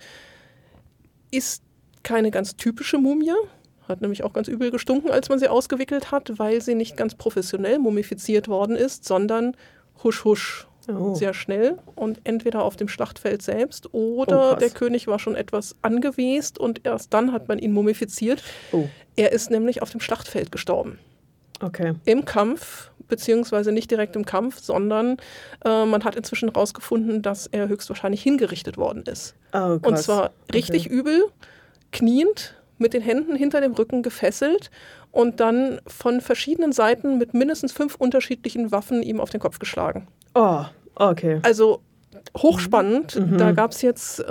ist keine ganz typische Mumie. Hat nämlich auch ganz übel gestunken, als man sie ausgewickelt hat, weil sie nicht ganz professionell mumifiziert worden ist, sondern husch husch, sehr schnell und entweder auf dem Schlachtfeld selbst oder der König war schon etwas angewest und erst dann hat man ihn mumifiziert. Er ist nämlich auf dem Schlachtfeld gestorben. Okay. Im Kampf, beziehungsweise nicht direkt im Kampf, sondern man hat inzwischen herausgefunden, dass er höchstwahrscheinlich hingerichtet worden ist. Oh, und zwar richtig übel, kniend, mit den Händen hinter dem Rücken gefesselt und dann von verschiedenen Seiten mit mindestens 5 unterschiedlichen Waffen ihm auf den Kopf geschlagen. Oh, okay. Also hochspannend. Da gab es jetzt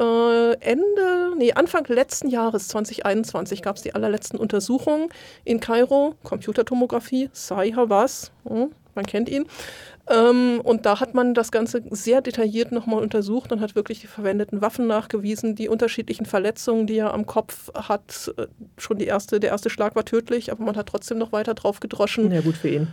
Anfang letzten Jahres, 2021, gab es die allerletzten Untersuchungen in Kairo, Computertomographie, Sai Hawass, man kennt ihn. Und da hat man das Ganze sehr detailliert nochmal untersucht und hat wirklich die verwendeten Waffen nachgewiesen, die unterschiedlichen Verletzungen, die er am Kopf hat. Schon der erste Schlag war tödlich, aber man hat trotzdem noch weiter drauf gedroschen. Ja, gut für ihn.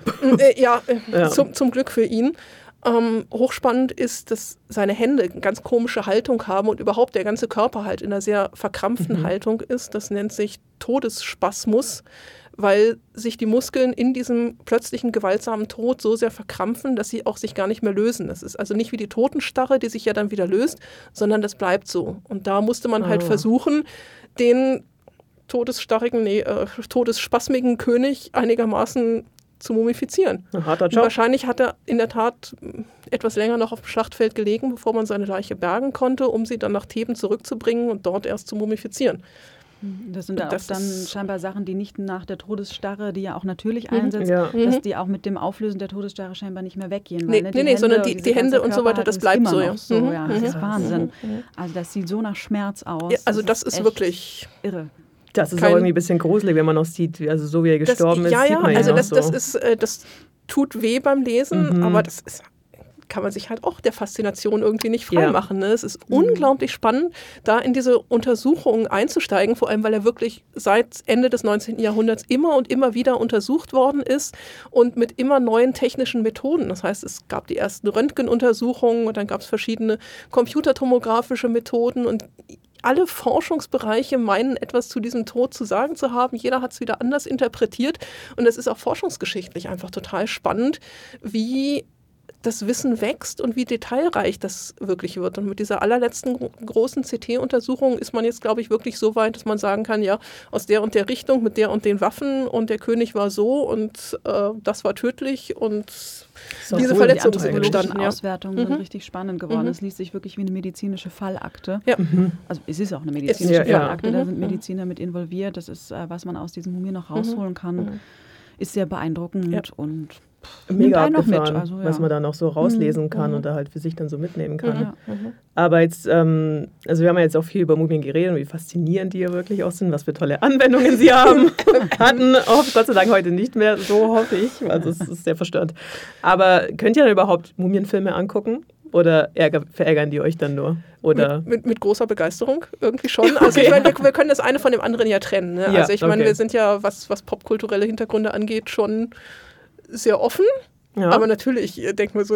Zum Glück für ihn. Hochspannend ist, dass seine Hände eine ganz komische Haltung haben und überhaupt der ganze Körper halt in einer sehr verkrampften Haltung ist. Das nennt sich Todesspasmus, weil sich die Muskeln in diesem plötzlichen gewaltsamen Tod so sehr verkrampfen, dass sie auch sich gar nicht mehr lösen. Das ist also nicht wie die Totenstarre, die sich ja dann wieder löst, sondern das bleibt so. Und da musste man halt versuchen, den todesspasmigen König einigermaßen zu mumifizieren. Ein harter Job. Wahrscheinlich hat er in der Tat etwas länger noch auf dem Schlachtfeld gelegen, bevor man seine Leiche bergen konnte, um sie dann nach Theben zurückzubringen und dort erst zu mumifizieren. Das sind auch dann scheinbar Sachen, die nicht nach der Todesstarre, die ja auch natürlich einsetzt, dass die auch mit dem Auflösen der Todesstarre scheinbar nicht mehr weggehen. Weil, sondern die Hände und so weiter, das bleibt so. Das ist Wahnsinn. Also das sieht so nach Schmerz aus. Ja, also das ist wirklich irre. Das ist auch irgendwie ein bisschen gruselig, wenn man noch sieht, also so wie er gestorben ist. Ja, also das tut weh beim Lesen, aber das kann man sich halt auch der Faszination irgendwie nicht freimachen. Ne? Es ist unglaublich spannend, da in diese Untersuchungen einzusteigen, vor allem, weil er wirklich seit Ende des 19. Jahrhunderts immer und immer wieder untersucht worden ist und mit immer neuen technischen Methoden. Das heißt, es gab die ersten Röntgenuntersuchungen und dann gab es verschiedene computertomographische Methoden und alle Forschungsbereiche meinen, etwas zu diesem Tod zu sagen zu haben. Jeder hat es wieder anders interpretiert und es ist auch forschungsgeschichtlich einfach total spannend, wie das Wissen wächst und wie detailreich das wirklich wird. Und mit dieser allerletzten großen CT-Untersuchung ist man jetzt, glaube ich, wirklich so weit, dass man sagen kann, ja, aus der und der Richtung, mit der und den Waffen und der König war so und das war tödlich und diese Verletzungen sind entstanden. Die Auswertungen sind richtig spannend geworden. Es liest sich wirklich wie eine medizinische Fallakte. Ja. Also es ist auch eine medizinische Fallakte, da sind Mediziner mit involviert. Das ist, was man aus diesen Mumien noch rausholen kann, ist sehr beeindruckend und mega abgefahren, mit. Also, was man da noch so rauslesen kann und da halt für sich dann so mitnehmen kann. Aber jetzt, also wir haben ja jetzt auch viel über Mumien geredet und wie faszinierend die ja wirklich auch sind, was für tolle Anwendungen sie hatten. Gott sei Dank heute nicht mehr, so hoffe ich, also es ist sehr verstörend. Aber könnt ihr dann überhaupt Mumienfilme angucken? Oder verärgern die euch dann nur? Oder? Mit großer Begeisterung irgendwie schon. Also ich meine, wir können das eine von dem anderen ja trennen. Ne? Also ich meine, wir sind ja, was popkulturelle Hintergründe angeht, schon sehr offen. Ja. Aber natürlich denkt man so,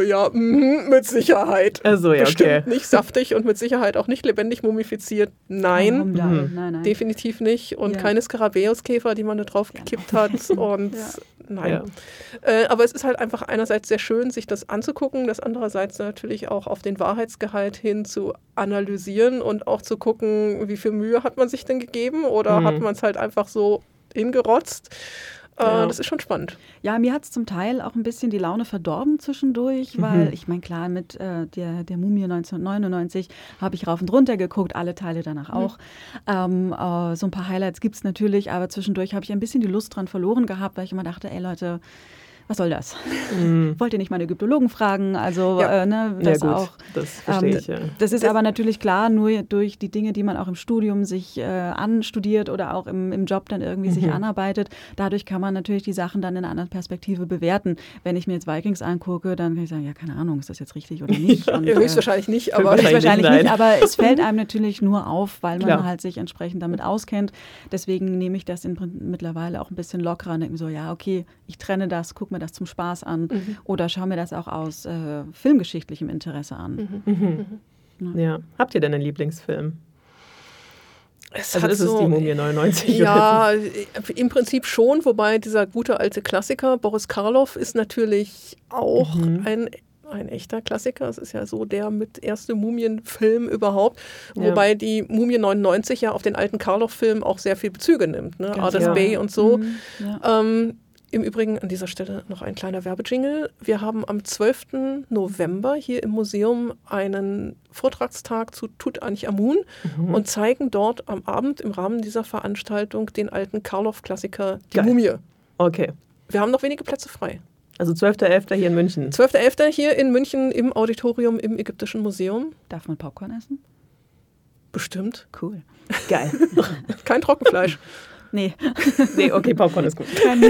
mit Sicherheit. Also, bestimmt nicht saftig und mit Sicherheit auch nicht lebendig mumifiziert. Nein, nein. Definitiv nicht. Und keine Skarabäuskäfer, die man da drauf gekippt hat. Und nein. Ja. Aber es ist halt einfach einerseits sehr schön, sich das anzugucken, das andererseits natürlich auch auf den Wahrheitsgehalt hin zu analysieren und auch zu gucken, wie viel Mühe hat man sich denn gegeben oder hat man es halt einfach so hingerotzt. Das ist schon spannend. Ja, mir hat es zum Teil auch ein bisschen die Laune verdorben zwischendurch, weil ich meine, klar, mit der Mumie 1999 habe ich rauf und runter geguckt, alle Teile danach auch. So ein paar Highlights gibt es natürlich, aber zwischendurch habe ich ein bisschen die Lust dran verloren gehabt, weil ich immer dachte, ey Leute, was soll das? Wollt ihr nicht mal einen Ägyptologen fragen? Also, das gut, auch. Das verstehe ich, Das ist aber natürlich klar, nur durch die Dinge, die man auch im Studium sich anstudiert oder auch im Job dann irgendwie sich anarbeitet. Dadurch kann man natürlich die Sachen dann in einer anderen Perspektive bewerten. Wenn ich mir jetzt Vikings angucke, dann kann ich sagen, ja, keine Ahnung, ist das jetzt richtig oder nicht? Und, höchstwahrscheinlich nicht, aber aber es fällt einem natürlich nur auf, weil man halt sich entsprechend damit auskennt. Deswegen nehme ich das mittlerweile auch ein bisschen lockerer und denke mir so, ja, okay, ich trenne das, guck mir das zum Spaß an oder schau mir das auch aus filmgeschichtlichem Interesse an. Ja. Habt ihr denn einen Lieblingsfilm? Es ist es die Mumie 99? Ja, im Prinzip schon, wobei dieser gute alte Klassiker, Boris Karloff, ist natürlich auch ein echter Klassiker. Es ist ja so der mit erste Mumienfilm überhaupt, wobei die Mumie 99 ja auf den alten Karloff-Film auch sehr viel Bezüge nimmt, ne? Ardas Bay und so. Im Übrigen an dieser Stelle noch ein kleiner Werbejingle. Wir haben am 12. November hier im Museum einen Vortragstag zu Tutanchamun und zeigen dort am Abend im Rahmen dieser Veranstaltung den alten Karloff-Klassiker Die Mumie. Okay. Wir haben noch wenige Plätze frei. Also 12.11. hier in München. 12.11. hier in München im Auditorium im Ägyptischen Museum. Darf man Popcorn essen? Bestimmt. Cool. Geil. Kein Trockenfleisch. Nee, okay, Popcorn ist gut.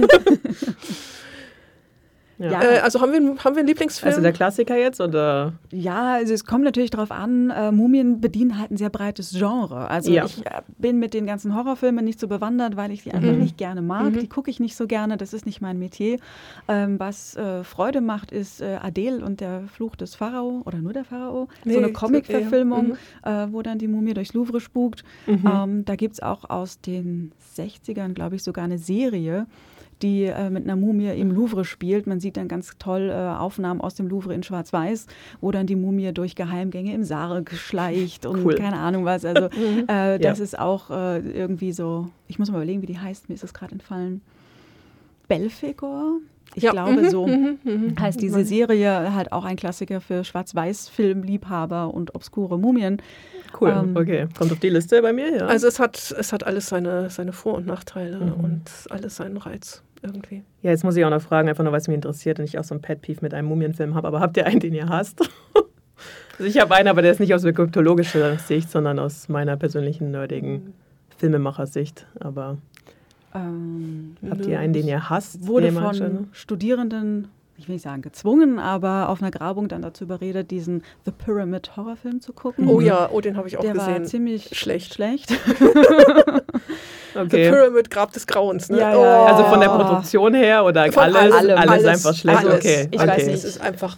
Also haben wir einen Lieblingsfilm? Also der Klassiker jetzt, oder? Ja, also es kommt natürlich darauf an, Mumien bedienen halt ein sehr breites Genre. Also ich bin mit den ganzen Horrorfilmen nicht so bewandert, weil ich die einfach nicht gerne mag. Die gucke ich nicht so gerne, das ist nicht mein Metier. Was Freude macht, ist Adele und der Fluch des Pharao, oder nur der Pharao. So eine Comic-Verfilmung, wo dann die Mumie durchs Louvre spukt. Da gibt es auch aus den 60ern, glaube ich, sogar eine Serie, die mit einer Mumie im Louvre spielt. Man sieht dann ganz toll Aufnahmen aus dem Louvre in Schwarz-Weiß, wo dann die Mumie durch Geheimgänge im Sarg schleicht und keine Ahnung was. Also das ist auch irgendwie so, ich muss mal überlegen, wie die heißt, mir ist das gerade entfallen. Belphegor? Ich glaube so. Heißt diese Serie halt auch ein Klassiker für Schwarz-Weiß-Filmliebhaber und obskure Mumien. Cool, okay. Kommt auf die Liste bei mir, ja. Also es hat alles seine Vor- und Nachteile und alles seinen Reiz irgendwie. Ja, jetzt muss ich auch noch fragen, einfach nur, weil es mich interessiert und ich auch so ein Pet-Peeve mit einem Mumienfilm habe. Aber habt ihr einen, den ihr hasst? Also ich habe einen, aber der ist nicht aus ägyptologischer Sicht, sondern aus meiner persönlichen nerdigen Filmemachersicht. Aber habt ihr einen, den ihr hasst? Wurde von Studierenden, ich will nicht sagen gezwungen, aber auf einer Grabung dann dazu überredet, diesen The Pyramid Horrorfilm zu gucken. Oh ja, den habe ich auch gesehen. Der war ziemlich schlecht. Okay. The Pyramid, Grab des Grauens. Ne? Ja. Also von der Produktion her oder alles einfach schlecht? Alles. Okay. Ich weiß nicht, es ist einfach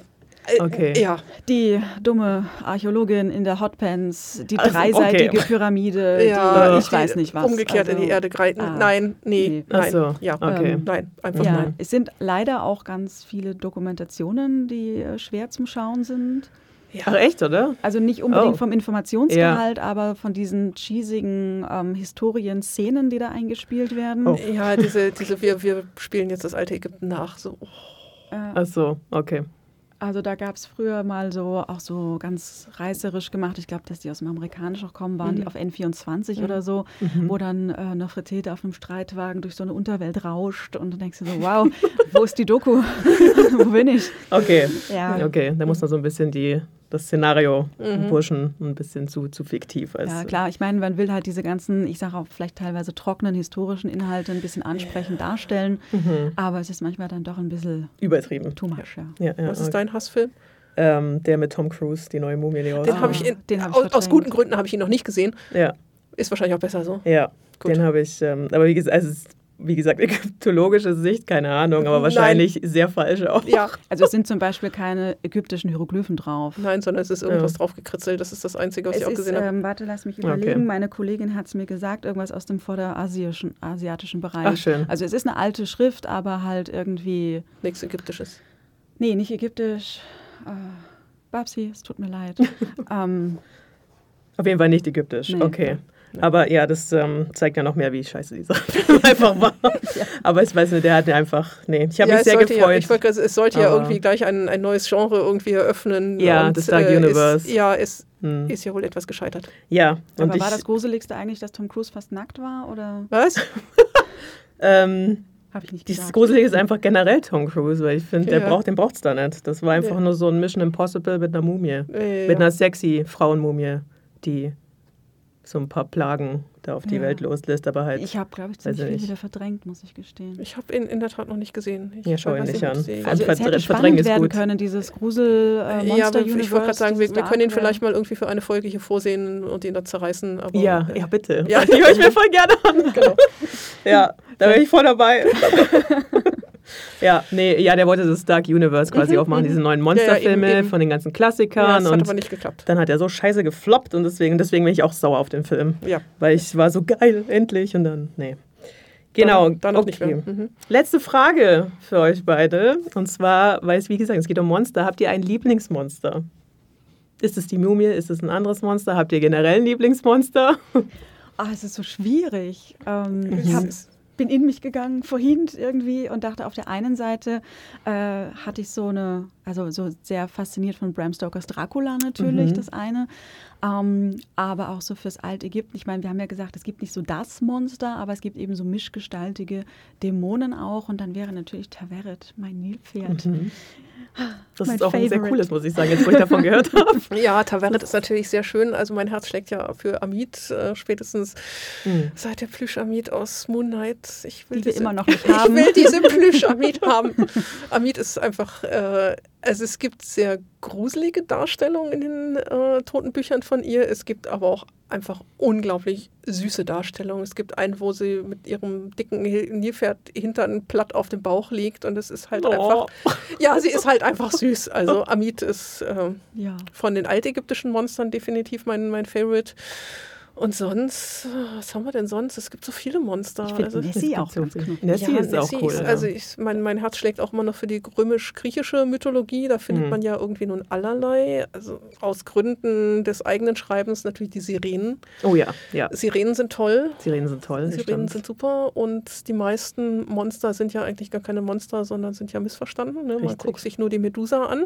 Okay. Ja. Die dumme Archäologin in der Hotpants, die dreiseitige Pyramide, ich weiß nicht was. Umgekehrt in die Erde greifen. Nein. Ach so, ja. okay. Nein, einfach ja, nein. es sind leider auch ganz viele Dokumentationen, die schwer zum Schauen sind. Ja. Ach echt, oder? Also nicht unbedingt vom Informationsgehalt, aber von diesen cheesigen Historienszenen, die da eingespielt werden. Oh. Ja, diese wir spielen jetzt das alte Ägypten nach. So. Ach so, okay. Also da gab es früher mal auch so ganz reißerisch gemacht, ich glaube, dass die aus dem Amerikanischen auch kommen, waren die auf N24 oder so, wo dann Nofretete auf einem Streitwagen durch so eine Unterwelt rauscht und du denkst dir so, wow, wo ist die Doku? Wo bin ich? Okay, Ja. okay, da muss man so ein bisschen das Szenario pushen, ein bisschen zu fiktiv. Ja, klar, ich meine, man will halt diese ganzen, ich sage auch vielleicht teilweise trockenen historischen Inhalte ein bisschen ansprechend darstellen, aber es ist manchmal dann doch ein bisschen übertrieben. Too much, Ja, Was ist dein Hassfilm? Der mit Tom Cruise, die neue Mumie, die rauskommt. Den habe ich aus guten Gründen habe ich ihn noch nicht gesehen. Ja. Ist wahrscheinlich auch besser so. Ja, Gut. den habe ich, aber wie gesagt, ägyptologische Sicht, keine Ahnung, aber wahrscheinlich sehr falsch auch. Ja. Also es sind zum Beispiel keine ägyptischen Hieroglyphen drauf. Nein, sondern es ist irgendwas draufgekritzelt. Das ist das Einzige, was ich auch gesehen habe. Warte, lass mich überlegen. Okay. Meine Kollegin hat es mir gesagt, irgendwas aus dem vorderasiatischen Bereich. Ach, schön. Also es ist eine alte Schrift, aber halt irgendwie, Nichts Ägyptisches. nee, nicht ägyptisch. Babsi, es tut mir leid. Auf jeden Fall nicht ägyptisch, Nee. okay. Aber ja, das zeigt ja noch mehr, wie scheiße dieser Film einfach war. Aber ich weiß nicht, der hat mir einfach, ich habe mich sehr gefreut. Es sollte ja irgendwie gleich ein neues Genre irgendwie eröffnen. Ja, das Dark Universe. Ist ja wohl etwas gescheitert. Ja. Und Aber war das Gruseligste eigentlich, dass Tom Cruise fast nackt war? Oder Was? habe ich nicht Dieses gesagt? Gruselige ist einfach generell Tom Cruise, weil ich finde, Ja. den braucht's da nicht. Das war einfach nur so ein Mission Impossible mit einer Mumie. Ja. Mit einer sexy Frauenmumie, die so ein paar Plagen da auf die Welt loslässt, aber halt. Ich habe, glaube ich, weiß ziemlich ich viel nicht. wieder verdrängt, muss ich gestehen. Ich habe ihn in der Tat noch nicht gesehen. Ja, schau ihn weiß nicht an. ob sie- Also es hätte Verdrängen spannend ist werden gut. können, dieses Grusel-Monster-Universe. Ja, ich wollte gerade sagen, wir können ihn Dark vielleicht mal irgendwie für eine Folge hier vorsehen und ihn da zerreißen. Aber, Ja, bitte. Ja. Die höre ich mir voll gerne an. Genau. Ja, da bin ich voll dabei. Der wollte das Dark Universe quasi aufmachen, diese neuen Monsterfilme eben. von den ganzen Ja, Klassikern. das hat und aber nicht geklappt. dann hat er so scheiße gefloppt und deswegen bin ich auch sauer auf den Film. Ja. Weil ich war so geil, endlich und dann, Genau, Dann noch nicht mehr. Letzte Frage für euch beide. Und zwar, weil es, wie gesagt, es geht um Monster. Habt ihr ein Lieblingsmonster? Ist es die Mumie? Ist es ein anderes Monster? Habt ihr generell ein Lieblingsmonster? Es ist so schwierig. Bin in mich gegangen vorhin irgendwie und dachte, auf der einen Seite hatte ich so sehr fasziniert von Bram Stokers Dracula natürlich, das eine, aber auch so fürs Altägypten. Ich meine, wir haben ja gesagt, es gibt nicht so das Monster, aber es gibt eben so mischgestaltige Dämonen auch und dann wäre natürlich Taveret mein Nilpferd. Das Mein ist auch ein sehr Favorite. cooles, muss ich sagen, jetzt wo ich davon gehört habe. Ja, Taveret ist natürlich sehr schön. Also mein Herz schlägt ja für Amit, spätestens seit der Plüsch-Amit aus Moon Knight. Ich will Die wir diese- immer noch nicht haben. Ich will diese Plüsch-Amit haben. Amit ist einfach, also es gibt sehr gruselige Darstellungen in den toten Büchern von ihr. Es gibt aber auch einfach unglaublich süße Darstellungen. Es gibt einen, wo sie mit ihrem dicken Nilpferd Hintern platt auf dem Bauch liegt und es ist halt einfach, ja, sie ist halt einfach süß. Also Amit ist Ja. von den altägyptischen Monstern definitiv mein Favorite. Und sonst, was haben wir denn sonst? Es gibt so viele Monster. Ich finde Nessie auch ganz knuffig. Nessie ist auch Nessie cool. ist- ja. Also mein Herz schlägt auch immer noch für die römisch-griechische Mythologie. Da findet man ja irgendwie nun allerlei. Also aus Gründen des eigenen Schreibens natürlich die Sirenen. Oh ja, ja. Sirenen sind toll. Sirenen sind toll. das Sirenen stimmt. sind super und die meisten Monster sind ja eigentlich gar keine Monster, sondern sind ja missverstanden. Ne? Man Richtig. guckt sich nur die Medusa an.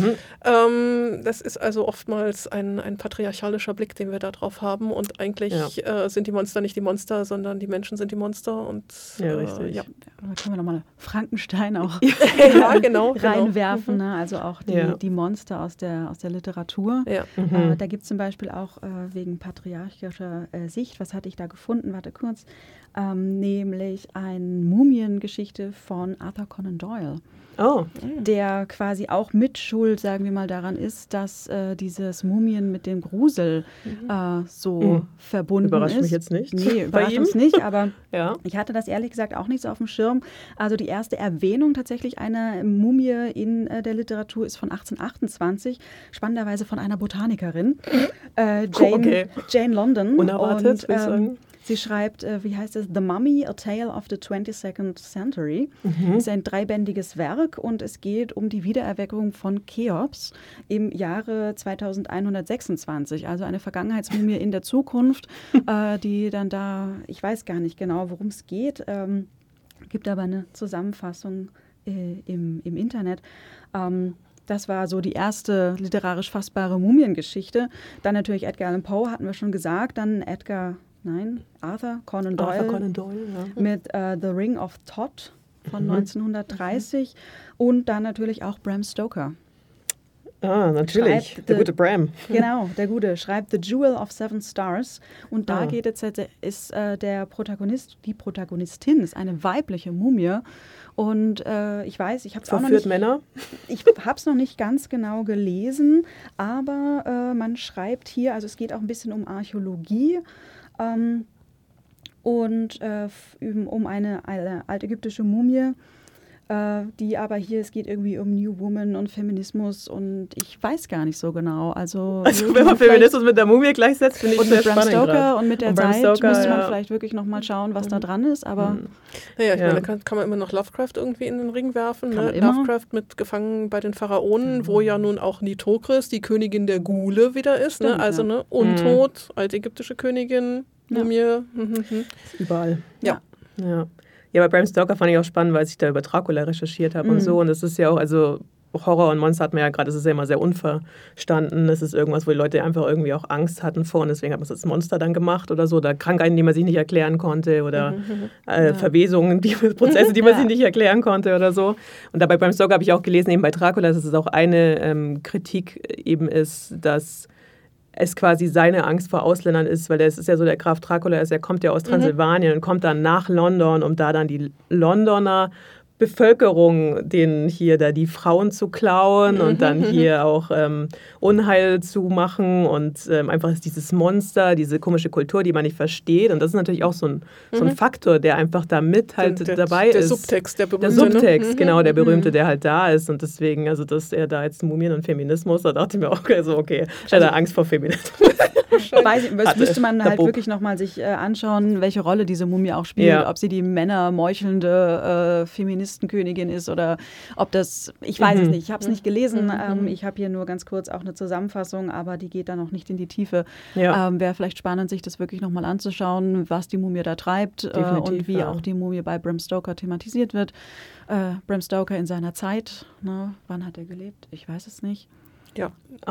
Das ist also oftmals ein patriarchalischer Blick, den wir da drauf haben und eigentlich sind die Monster nicht die Monster, sondern die Menschen sind die Monster und Ja, richtig. ja. Da können wir nochmal Frankenstein auch Ja, genau. reinwerfen, ne? Also auch Ja. die Monster aus der Literatur. Ja. Da gibt es zum Beispiel auch wegen patriarchischer Sicht, was hatte ich da gefunden, warte kurz, nämlich eine Mumiengeschichte von Arthur Conan Doyle, Oh, der quasi auch Mitschuld, sagen wir mal, daran ist, dass dieses Mumien mit dem Grusel so verbunden Überrascht ist. mich jetzt nicht Nee, bei überrascht ihm. uns nicht, aber ja. ich hatte das ehrlich gesagt auch nicht so auf dem Schirm. gestorben. Also die erste Erwähnung tatsächlich einer Mumie in der Literatur ist von 1828, spannenderweise von einer Botanikerin, Jane London. Unerwartet, würde ich sagen. Sie schreibt, wie heißt es, The Mummy, A Tale of the 22nd Century. Ist ein 3-bändiges Werk und es geht um die Wiedererweckung von Cheops im Jahre 2126. Also eine Vergangenheitsmumie in der Zukunft, die dann da, ich weiß gar nicht genau, worum es geht, gibt aber eine Zusammenfassung im Internet. Das war so die erste literarisch fassbare Mumiengeschichte. Dann natürlich Edgar Allan Poe, hatten wir schon gesagt. Dann Arthur Conan Doyle, mit The Ring of Thoth von 1930 und dann natürlich auch Bram Stoker. Natürlich, der gute Bram. Genau, der Gute, schreibt The Jewel of Seven Stars und da geht jetzt, ist der Protagonist, die Protagonistin ist eine weibliche Mumie und ich weiß, ich habe es auch noch nicht... Männer? Ich habe es noch nicht ganz genau gelesen, aber man schreibt hier, also es geht auch ein bisschen um Archäologie, und um eine altägyptische Mumie, die aber hier, es geht irgendwie um New Woman und Feminismus und ich weiß gar nicht so genau. Also wenn man Feminismus mit der Mumie gleichsetzt, finde ich und sehr mit Bram spannend Stoker grad. und mit der Zeit müsste man vielleicht wirklich nochmal schauen, was da dran ist, aber... Naja, ich meine, kann man immer noch Lovecraft irgendwie in den Ring werfen. Ne? Immer. Lovecraft mit Gefangen bei den Pharaonen, wo ja nun auch Nitokris, die Königin der Ghule, wieder ist. Stimmt, ne? Also ne, Untot, altägyptische Königin, Mumie. Überall. Ja. Ja, bei Bram Stoker fand ich auch spannend, weil ich da über Dracula recherchiert habe und so. Und das ist ja auch, also Horror und Monster hat man ja gerade, das ist ja immer sehr unverstanden. Das ist irgendwas, wo die Leute einfach irgendwie auch Angst hatten vor und deswegen hat man das Monster dann gemacht oder so. Oder Krankheiten, die man sich nicht erklären konnte oder Verwesungen, Prozesse, die man sich nicht erklären konnte oder so. Und da bei Bram Stoker habe ich auch gelesen, eben bei Dracula, dass es auch eine Kritik eben ist, dass es quasi seine Angst vor Ausländern ist, weil es ist ja so, der Graf Dracula ist, er kommt ja aus Transsilvanien und kommt dann nach London, um da dann die Londoner Bevölkerung, denen hier da die Frauen zu klauen und dann hier auch Unheil zu machen und einfach ist dieses Monster, diese komische Kultur, die man nicht versteht. Und das ist natürlich auch so ein Faktor, der einfach da mit halt dabei ist. Der Subtext, der berühmte. Der Subtext, genau, der berühmte, der halt da ist. Und deswegen, also dass er da jetzt Mumien und Feminismus, da dachte ich mir auch so, okay, ich hatte Angst vor Feminismus. Das müsste man halt wirklich nochmal sich anschauen, welche Rolle diese Mumie auch spielt. Ob sie die männermeuchelnde Feministenkönigin ist oder ob das, ich weiß es nicht, ich habe es nicht gelesen. Ich habe hier nur ganz kurz auch eine Zusammenfassung, aber die geht dann noch nicht in die Tiefe. Wäre vielleicht spannend, sich das wirklich nochmal anzuschauen, was die Mumie da treibt und wie auch die Mumie bei Bram Stoker thematisiert wird. Bram Stoker in seiner Zeit, ne? Wann hat er gelebt? Ich weiß es nicht. Ja,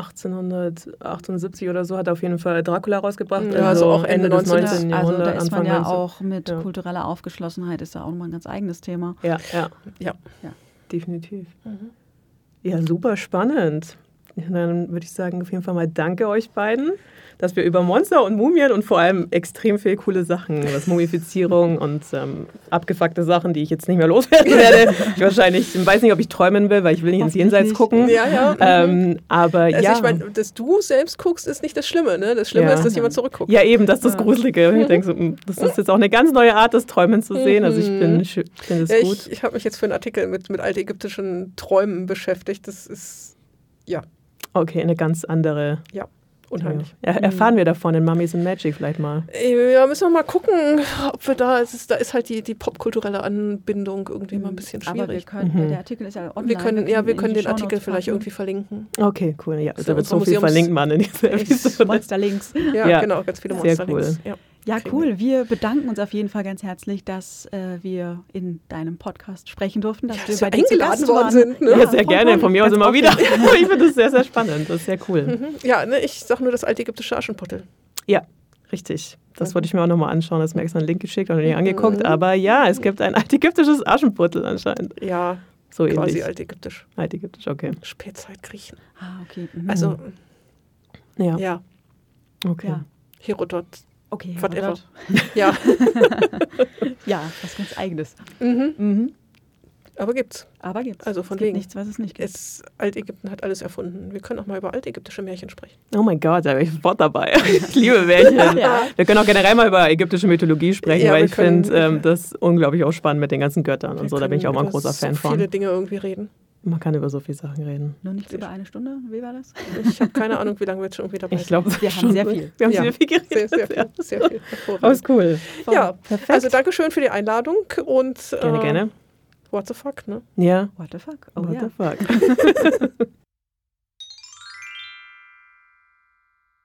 1878 oder so hat er auf jeden Fall Dracula rausgebracht. Ja, also auch Ende des 19. Jahrhunderts. Also da ist man ja 19. auch mit kultureller Aufgeschlossenheit, ist ja auch nochmal ein ganz eigenes Thema. Ja. Definitiv. Ja, super spannend. Dann würde ich sagen, auf jeden Fall mal danke euch beiden, dass wir über Monster und Mumien und vor allem extrem viele coole Sachen, was Mumifizierung und abgefuckte Sachen, die ich jetzt nicht mehr loswerden werde. Ich weiß nicht, ob ich träumen will, weil ich will nicht ins Jenseits gucken. Aber also ich meine, dass du selbst guckst, ist nicht das Schlimme. Ne? Das Schlimme ist, dass jemand zurückguckt. Ja, eben, das ist das Gruselige. Ich denke so, das ist jetzt auch eine ganz neue Art, das Träumen zu sehen. Also ich finde es gut. Ich habe mich jetzt für einen Artikel mit altägyptischen Träumen beschäftigt. Das ist, okay, eine ganz andere... Ja. Unheimlich. Ja, erfahren wir davon in Mummies and Magic vielleicht mal. Ja, müssen wir mal gucken, ob wir da ist halt die popkulturelle Anbindung irgendwie mal ein bisschen schwierig. Aber wir können, der Artikel ist ja online. Wir können den Artikel vielleicht irgendwie verlinken. Okay, cool. Ja, da wird so viel verlinkt, man in dieser Episode. Monsterlinks. Ja, genau, ganz viele Monsterlinks. Cool. Ja, cool. Wir bedanken uns auf jeden Fall ganz herzlich, dass wir in deinem Podcast sprechen durften, dass wir bei dir eingeladen worden sind. Ne? Ja, sehr gerne. Von mir aus immer wieder. Ich finde das sehr, sehr spannend. Das ist sehr cool. Ja, ne, ich sage nur das altägyptische Aschenputtel. Ja, richtig. Das wollte ich mir auch nochmal anschauen. Du hast mir extra einen Link geschickt und nicht angeguckt. Aber ja, es gibt ein altägyptisches Aschenputtel anscheinend. Ja, so quasi ähnlich. Altägyptisch. Altägyptisch, okay. Spätzeitgriechen. Okay. Also, ja. Okay. Ja. Herodot. Okay, whatever. Ja. Ja, was ganz Eigenes. Aber gibt's. Also von wegen. Nichts, was es nicht gibt. Altägypten hat alles erfunden. Wir können auch mal über altägyptische Märchen sprechen. Oh mein Gott, da bin ich sofort dabei. Ich liebe Märchen. Ja. Wir können auch generell mal über ägyptische Mythologie sprechen, weil ich finde das unglaublich auch spannend mit den ganzen Göttern und so. Da bin ich auch mal ein großer Fan von. Viele Dinge irgendwie reden. Man kann über so viele Sachen reden. Nur nicht über eine Stunde? Wie war das? Ich habe keine Ahnung, wie lange wir jetzt schon wieder dabei sind. Ich glaube, wir haben sehr viel. Wir haben sehr viel geredet. Sehr viel. Oh, ist cool. Ja, perfekt. Also danke schön für die Einladung und gerne. What the fuck, ne? Ja. What the fuck? Oh, What the fuck.